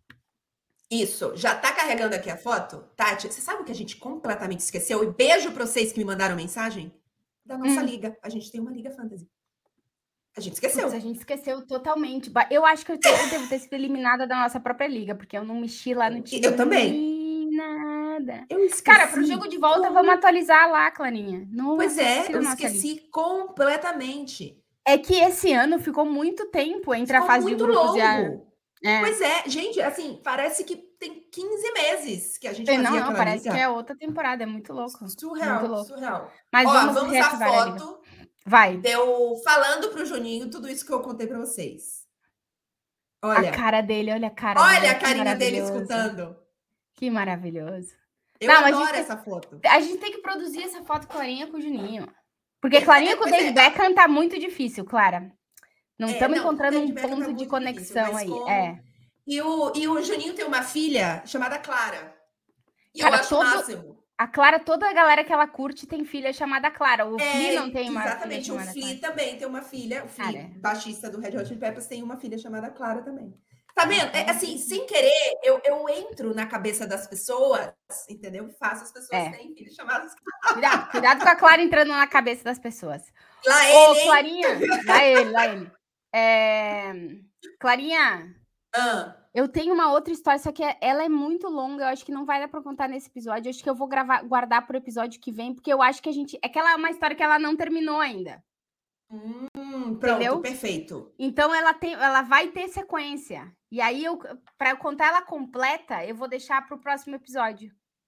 Isso, já tá carregando aqui a foto? Tati, você sabe o que a gente completamente esqueceu? E beijo para vocês que me mandaram mensagem? Da nossa hum. liga. A gente tem uma liga fantasy. A gente esqueceu. Putz, a gente esqueceu totalmente. Eu acho que eu devo ter sido eliminada da nossa própria liga, porque eu não mexi lá no time. Eu também. Nada. Eu esqueci. Cara, pro jogo de volta, como... vamos atualizar lá, Clarinha. Não pois é, eu esqueci liga. completamente. É que esse ano ficou muito tempo entre ficou a fase muito de grupos longo. e a... É. Pois é, gente, assim, parece que tem quinze meses que a gente fazia Não, não, parece liga. que é outra temporada, é muito louco. Surreal, muito louco. surreal. Mas Ó, vamos, vamos à foto. Vai. Deu falando pro Juninho tudo isso que eu contei para vocês. Olha. A cara dele, olha a cara Olha dele. Olha a carinha dele escutando. Que maravilhoso. Eu Não, adoro a essa tem, foto. A gente tem que produzir essa foto Clarinha com o Juninho. Porque Clarinha com o David é. Beckham tá muito difícil, Clara. Não estamos é, encontrando um ponto tá de conexão difícil, aí. Com... É. E, o, e o Juninho tem uma filha chamada Clara. E Cara, eu acho todo... o máximo. A Clara, toda a galera que ela curte tem filha chamada Clara. O é, Flea não tem uma exatamente, filha o Flea também tem uma filha. O Flea, Cara, é. baixista do Red Hot Chili Peppers, tem uma filha chamada Clara também. Tá vendo? É, assim, sem querer, eu, eu entro na cabeça das pessoas, entendeu? Faço as pessoas é. terem filhos chamados Clara. Cuidado, cuidado com a Clara entrando na cabeça das pessoas. Lá Ô, ele, Clarinha, lá ele, lá ele. É... Clarinha, ah. eu tenho uma outra história, só que ela é muito longa, eu acho que não vai dar pra contar nesse episódio, eu acho que eu vou gravar, guardar pro episódio que vem, porque eu acho que a gente... É que ela é uma história que ela não terminou ainda. Hum, pronto, entendeu? Perfeito. Então, ela, tem, ela vai ter sequência. E aí, eu, pra eu contar ela completa, eu vou deixar pro próximo episódio.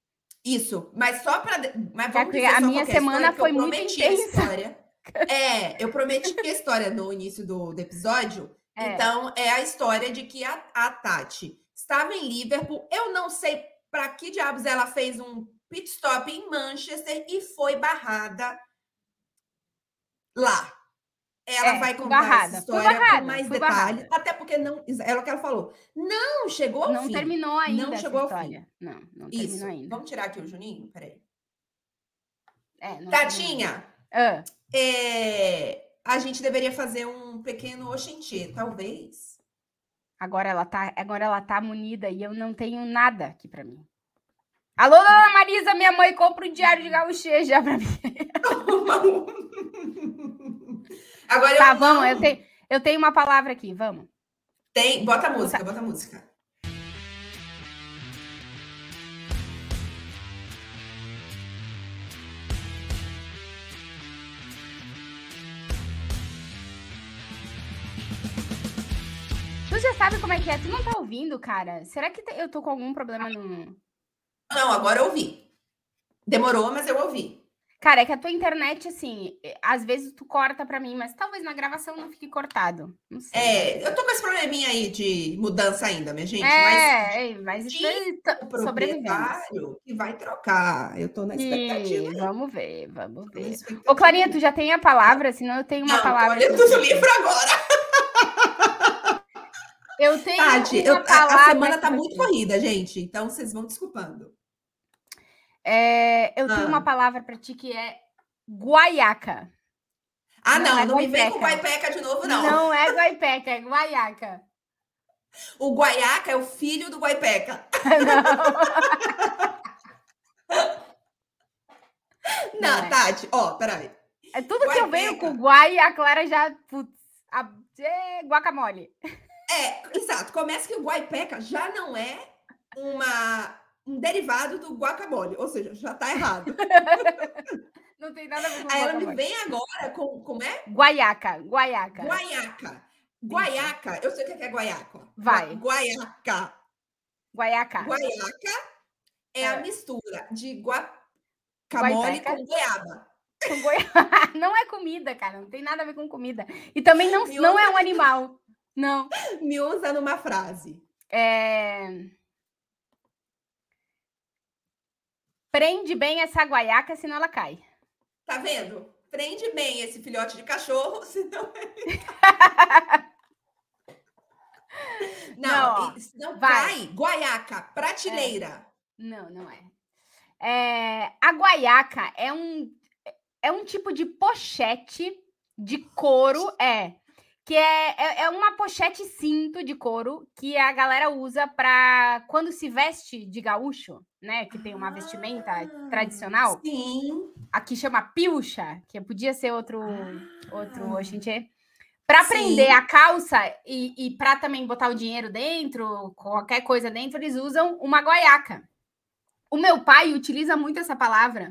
Isso, mas só para... Mas Já vamos que dizer a só minha qual que é a semana história, porque foi eu muito prometi a intensa. história. É, eu prometi a história no início do, do episódio. É. Então, é a história de que a, a Tati estava em Liverpool. Eu não sei para que diabos ela fez um pit stop em Manchester e foi barrada lá. Ela É, vai fui contar barrada, essa fui história com barrada, mais fui detalhe, barrada. até porque não, ela que ela falou, não chegou ao Não fim. terminou ainda Não essa chegou ao história. fim. Não, não Isso. terminou ainda. Vamos tirar aqui o Juninho? Peraí. É, não terminou Tatinha, ainda. Ah, é, a gente deveria fazer um pequeno oxentê, talvez. agora ela tá, agora ela tá munida e eu não tenho nada aqui pra mim. Alô, dona Marisa, minha mãe compra um diário de gauchê já pra mim. Agora Tá, eu vamos, não... eu tenho, eu tenho uma palavra aqui, vamos. Tem, bota a música, bota a música. Tu já sabe como é que é? Tu não tá ouvindo, cara? Será que eu tô com algum problema no... Não, agora eu ouvi. Demorou, mas eu ouvi. Cara, é que a tua internet, assim, às vezes tu corta pra mim, mas talvez na gravação não fique cortado. Não sei. É, eu tô com esse probleminha aí de mudança ainda, minha gente, é, mas, mas diz isso o sobrevivemos. proprietário que vai trocar. Eu tô na expectativa E aí. vamos ver, vamos Tô na ver. expectativa Ô, Clarinha, aí. tu já tem a palavra, senão eu tenho uma Não, palavra. tô olhando o livro agora. Eu tenho Tati, uma eu, a, palavra a semana tá aqui muito pra ti. corrida, gente, então vocês vão desculpando. É, eu tenho Ah. uma palavra pra ti que é guaiaca. Ah, Não não, é não me vem com guaipeca. guaipeca de novo, não. Não é guaipeca, é guaiaca. O guaiaca é o filho do guaipeca. Não, Não, é. Tati, ó, peraí. É tudo que eu venho Guaipeca. com guai, a Clara já... Putz, a, é, guacamole. É, exato. Começa que o guaipeca já não é uma, um derivado do guacamole, ou seja, já tá errado. Não tem nada a ver com Aí ela guacamole. me vem agora com, como é? Guaiaca, guaiaca. Guaiaca. Guaiaca, eu sei o que é guaiaca. Vai. Guaiaca. Guaiaca. Guaiaca é É. a mistura de guacamole Guaipeca. com goiaba. Com goi... Não é comida, cara. Não tem nada a ver com comida. E também não, Me não usa- é um animal. Não. Me usa numa frase. É... Prende bem essa guaiaca, senão ela cai. Tá vendo? Prende bem esse filhote de cachorro, senão ele Não, Não, ó, e- senão vai. cai. Guaiaca, prateleira. Não, não é. É, a guaiaca é um, é um tipo de pochete de couro, é. Que é, é, é uma pochete cinto de couro que a galera usa para quando se veste de gaúcho, né? Que tem uma vestimenta Ah, tradicional. Sim. Aqui chama pilcha, que podia ser outro, outro Ah, oxentê. Para sim. prender a calça e, e para também botar o dinheiro dentro, qualquer coisa dentro, eles usam uma guaiaca. O meu pai utiliza muito essa palavra.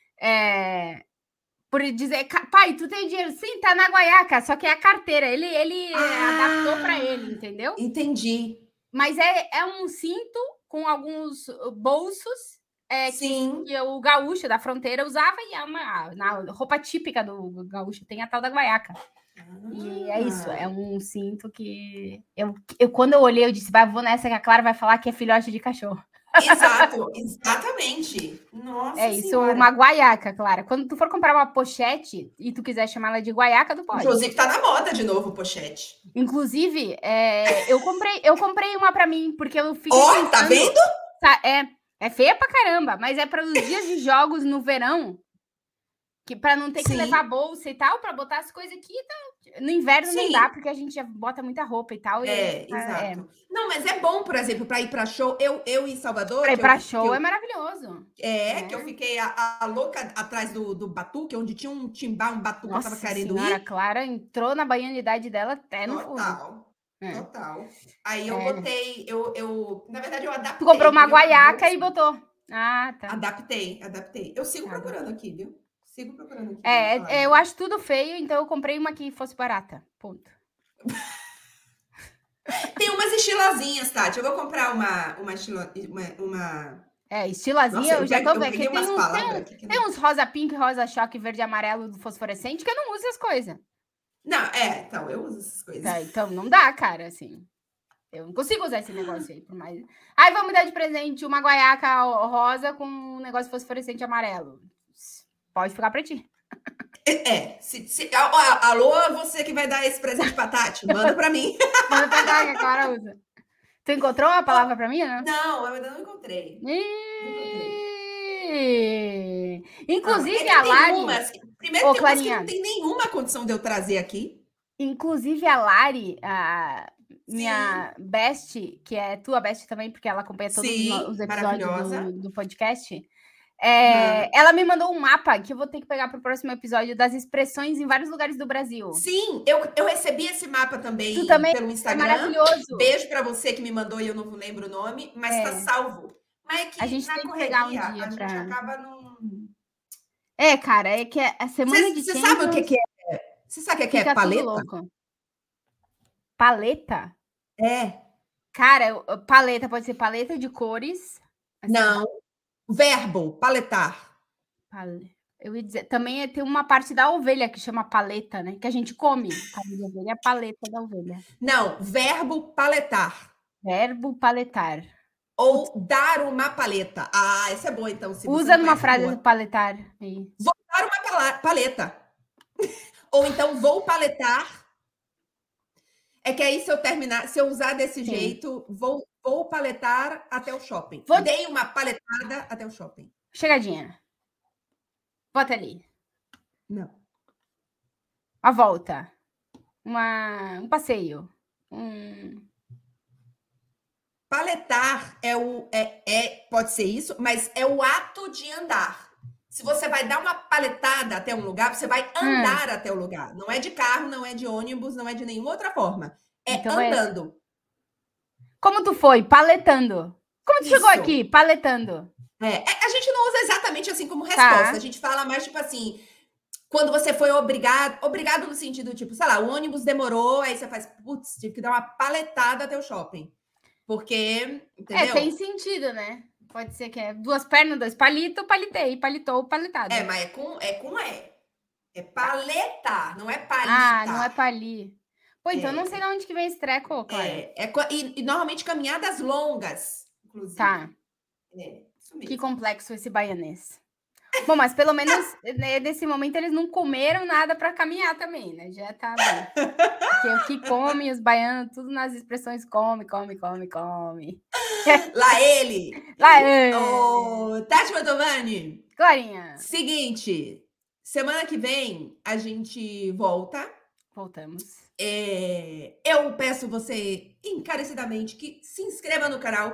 É, por dizer, pai, tu tem dinheiro? Sim, tá na guaiaca, só que é a carteira. Ele, ele Ah, adaptou para ele, entendeu? Entendi. Mas é, é um cinto com alguns bolsos é, Sim. que, que o gaúcho da fronteira usava e é uma na roupa típica do gaúcho, tem a tal da guaiaca. E é isso, é um cinto que eu, eu quando eu olhei, eu disse, vai, vou nessa que a Clara vai falar que é filhote de cachorro. Exato, exatamente. Nossa É isso, senhora. uma guaiaca, Clara. Quando tu for comprar uma pochete e tu quiser chamar ela de guaiaca, tu pode. Inclusive, tá na moda de novo o pochete. Inclusive, é, eu comprei, eu comprei uma para mim porque eu fiquei Ó, pensando, tá vendo? tá, é, é feia pra caramba, mas é para os dias de jogos no verão, que para não ter que Sim. levar bolsa e tal, para botar as coisas aqui. Tá? No inverno Sim. não dá porque a gente já bota muita roupa e tal. É, e, exato. é. Não, mas é bom, por exemplo, para ir para show. Eu, eu em Salvador. Pra ir que pra eu, show que eu, é maravilhoso. É, É. que eu fiquei a, a louca atrás do, do batuque, onde tinha um timbá, um batuque, eu tava Nossa querendo senhora, ir. Clara entrou na baianidade dela até no fundo. Total, É. total. Aí eu É. botei, eu, eu, na verdade, eu adaptei. Tu comprou uma criei guaiaca bolsa. e botou. Ah, tá. Adaptei, adaptei. Eu sigo Tá. procurando aqui, viu? Sigo procurando aqui. É, falar. é, eu acho tudo feio, então eu comprei uma que fosse barata. Ponto. Tem umas estilosinhas, Tati. Eu vou comprar uma, uma, estilo, uma, uma É, estilazinho, Nossa, eu, eu já pego- tô eu vendo. peguei que Tem, umas uns, palavras tem, aqui que tem não- uns rosa pink, rosa choque, verde e amarelo do fosforescente que eu não uso as coisas. Não, é, então, eu uso essas coisas. Tá, então não dá, cara, assim. Eu não consigo usar esse negócio aí, por mais. Aí vamos dar de presente uma guaiaca rosa com um negócio fosforescente amarelo. Pode ficar pra ti. É, se, se, ó, ó, alô, você que vai dar esse presente pra Tati, manda pra mim. Manda pra cá que a Clara usa. Tu encontrou uma palavra pra mim, né? Não, eu ainda não encontrei. Não encontrei. E... Não, Inclusive, é que a tem Lari... umas, primeiro Ô, tem umas que Clarinha. não tem nenhuma condição de eu trazer aqui. Inclusive, a Lari, a minha best, que é tua best também, porque ela acompanha todos Sim, os, os episódios maravilhosa. do, do podcast, é, Hum. ela me mandou um mapa que eu vou ter que pegar para o próximo episódio das expressões em vários lugares do Brasil. Sim, eu, eu recebi esse mapa também, Tu também pelo é Instagram. maravilhoso. Beijo pra você que me mandou e eu não lembro o nome, mas É. tá salvo. Mas é que A gente na tem que correria pegar um dia a pra- gente acaba não. É, cara, é que a semana de Você Champions sabe o que, que é? Você sabe o que, que fica é tudo paleta? louco. Paleta? É. Cara, eu- paleta pode ser paleta de cores. assim, Não. Verbo, paletar. Pale- Eu ia dizer, também é- tem uma parte da ovelha que chama paleta, né? Que a gente come. Carne de ovelha é a paleta da ovelha. Não, verbo paletar. Verbo paletar. Ou dar uma paleta. Ah, essa é boa, então. Se você Usa não numa conhece, frase boa. paletar. Aí. Dar uma pala- paleta. Ou então, vou paletar. É que aí, se eu terminar, se eu usar desse Sim. jeito, vou, vou paletar até o shopping. Vou- Dei uma paletada até o shopping. Chegadinha. Bota ali. Não. Uma volta. Uma, um passeio. Um... Paletar é o. É, é, pode ser isso, mas é o ato de andar. Se você vai dar uma paletada até um lugar, você vai andar até o lugar. Não é de carro, não é de ônibus, não é de nenhuma outra forma. É Então é- andando. Como tu foi? Paletando. Como tu chegou Isso. aqui? Paletando. É, é, a gente não usa exatamente assim como Tá. resposta. A gente fala mais tipo assim, quando você foi obrigado, obrigado no sentido tipo, sei lá, o ônibus demorou, aí você faz, putz, tive que dar uma paletada até o shopping. Porque, entendeu? É, tem sentido, né? Pode ser que é duas pernas, dois palitos, palitei, palitou, palitado. É, mas é com é com E. É paletar, não é palita. Ah, não é pali. Pô, então É. não sei de onde que vem esse treco, claro. É, é co- e, e normalmente caminhadas longas, inclusive. Tá. É, isso mesmo. Que complexo esse baianês. Bom, mas pelo menos né, nesse momento eles não comeram nada para caminhar também, né? Já tá bem. Porque o que come, os baianos, tudo nas expressões come, come, come, come. Lá ele! Lá, é. Ô, Tati Mantovani, Clarinha, seguinte, semana que vem a gente volta. voltamos. É, eu peço você encarecidamente que se inscreva no canal,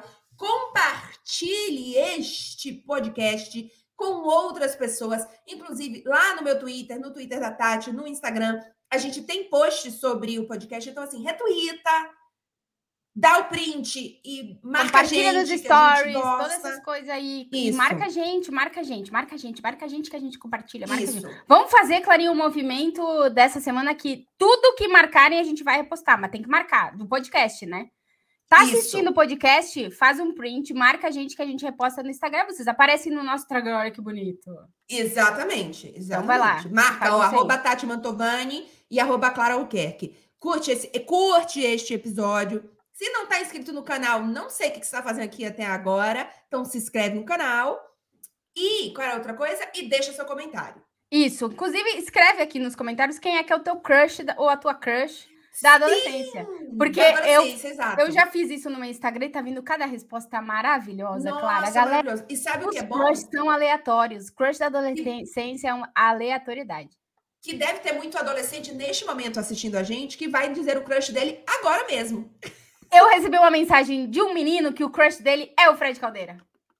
compartilhe este podcast com outras pessoas, inclusive lá no meu Twitter, no Twitter da Tati, no Instagram, a gente tem posts sobre o podcast, então assim, retuita, dá o print e marca a Compartilha gente, nos que a gente stories, gosta. todas essas coisas aí. E Isso. marca a gente, marca a gente, marca a gente, marca a gente que a gente compartilha. Marca a Isso. gente. Vamos fazer, Clarinha, um movimento dessa semana que tudo que marcarem a gente vai repostar, mas tem que marcar, do podcast, né? Tá Isso. assistindo o podcast? Faz um print, marca a gente que a gente reposta no Instagram. Vocês aparecem no nosso Instagram, olha que bonito. Exatamente, exatamente. Então vai lá, Marca faz o isso aí. arroba Tati Mantovani e arroba Clara Albuquerque. Curte, esse, curte este episódio. Se não está inscrito no canal, não sei o que você está fazendo aqui até agora. Então se inscreve no canal. E, qual é a outra coisa? E deixa seu comentário. Isso. Inclusive, escreve aqui nos comentários quem é que é o teu crush da- ou a tua crush da adolescência. Porque Da adolescência, exato. Eu já fiz isso no meu Instagram e tá vindo cada resposta maravilhosa, Nossa, Clara. A galera, maravilhoso. E sabe o os que é bom? crush são aleatórios. Crush da adolescência é uma aleatoriedade. Que deve ter muito adolescente neste momento assistindo a gente que vai dizer o crush dele agora mesmo. Eu recebi uma mensagem de um menino que o crush dele é o Fred Caldeira.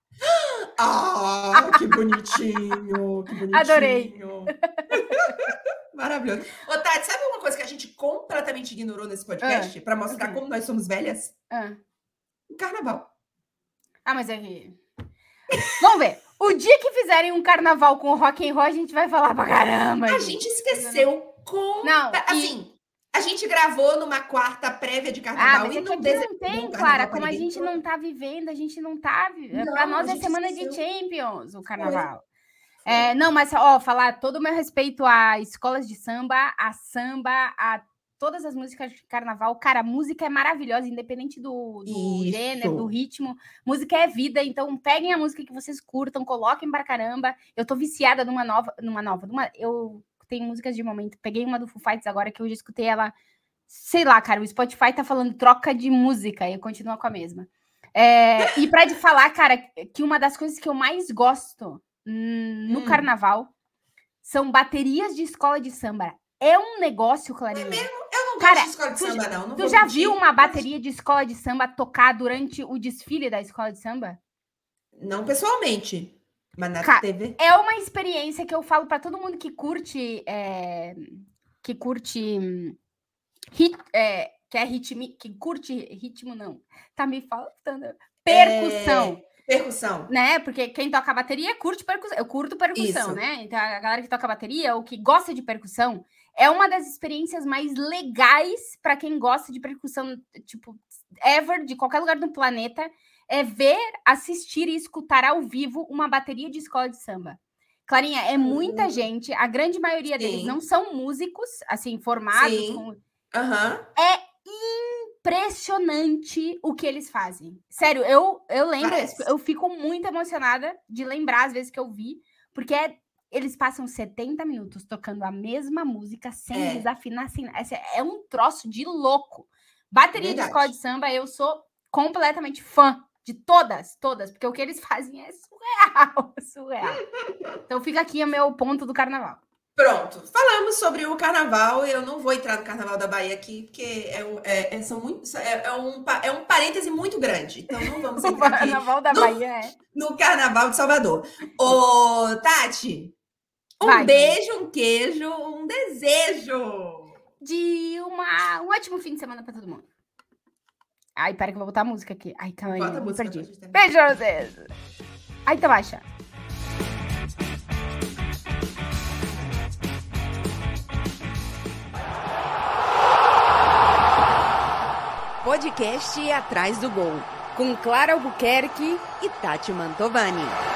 Ah, que bonitinho, que bonitinho. Adorei. Maravilhoso. Ô, Tati, sabe uma coisa que a gente completamente ignorou nesse podcast? Pra mostrar ok. como nós somos velhas? Ah, O carnaval. ah mas é que... Vamos ver. O dia que fizerem um carnaval com rock and roll, a gente vai falar pra caramba. A gente esqueceu com... Não, e- Assim, A gente gravou numa quarta prévia de Ah, carnaval mas e é que não aqui desejou não um tem, bom Clara, carnaval como pra a ninguém. gente não tá vivendo, a gente não tá... vi- Não, Pra nós a é gente semana de esqueceu. Champions, o Foi. carnaval. Foi. É, não, mas, ó, falar todo o meu respeito a escolas de samba, a samba, a todas as músicas de carnaval. Cara, a música é maravilhosa, independente do, do gênero, do Isso. ritmo. Música é vida, então peguem a música que vocês curtam, coloquem pra caramba. Eu tô viciada numa nova, numa nova, numa, eu tenho músicas de momento. Peguei uma do Foo Fighters agora, que eu já escutei ela, sei lá, cara, o Spotify tá falando troca de música, e eu continuo com a mesma. É, e pra te falar, cara, que uma das coisas que eu mais gosto hum, no Hum. carnaval são baterias de escola de samba. É um negócio, Clarinha. Eu não Cara, gosto de escola de tu, samba, não. não tu vou já mentir. viu uma bateria de escola de samba tocar durante o desfile da escola de samba? Não pessoalmente, mas na Ca- T V. É uma experiência que eu falo pra todo mundo que curte, é, que curte, hum, rit- é, que é ritmo, que curte ritmo, não. Tá me faltando. Percussão. É, percussão. Né? Porque quem toca bateria curte percussão. Eu curto percussão, Isso. né? Então a galera que toca bateria ou que gosta de percussão é uma das experiências mais legais para quem gosta de percussão, tipo, ever, de qualquer lugar do planeta, é ver, assistir e escutar ao vivo uma bateria de escola de samba. Clarinha, é muita Hum. gente, a grande maioria deles Sim. não são músicos, assim, formados Sim. com Aham. impressionante o que eles fazem. Sério, eu, eu lembro, Parece. eu fico muito emocionada de lembrar as vezes que eu vi, porque é- eles passam setenta minutos tocando a mesma música sem É. desafinar, sem, essa é um troço de louco. Bateria de Verdade. escola de samba, eu sou completamente fã de todas, todas, porque o que eles fazem é surreal, surreal. Então fica aqui o meu ponto do carnaval. Pronto, falamos sobre o carnaval. Eu não vou entrar no carnaval da Bahia aqui, porque é um, é, é- são muito, é, é um, pa- é um parêntese muito grande. Então não vamos O entrar aqui carnaval da no- Bahia é... no carnaval de Salvador. Ô, Tati, um Vai, beijo, um queijo, um desejo. de uma, um ótimo fim de semana pra todo mundo. Ai, pera que eu vou botar a música aqui. Ai, calma aí, Bota a me música perdi. pra gente terminar. Beijo pra vocês. Ai, tá baixa. Podcast Atrás do Gol, com Clara Albuquerque e Tati Mantovani.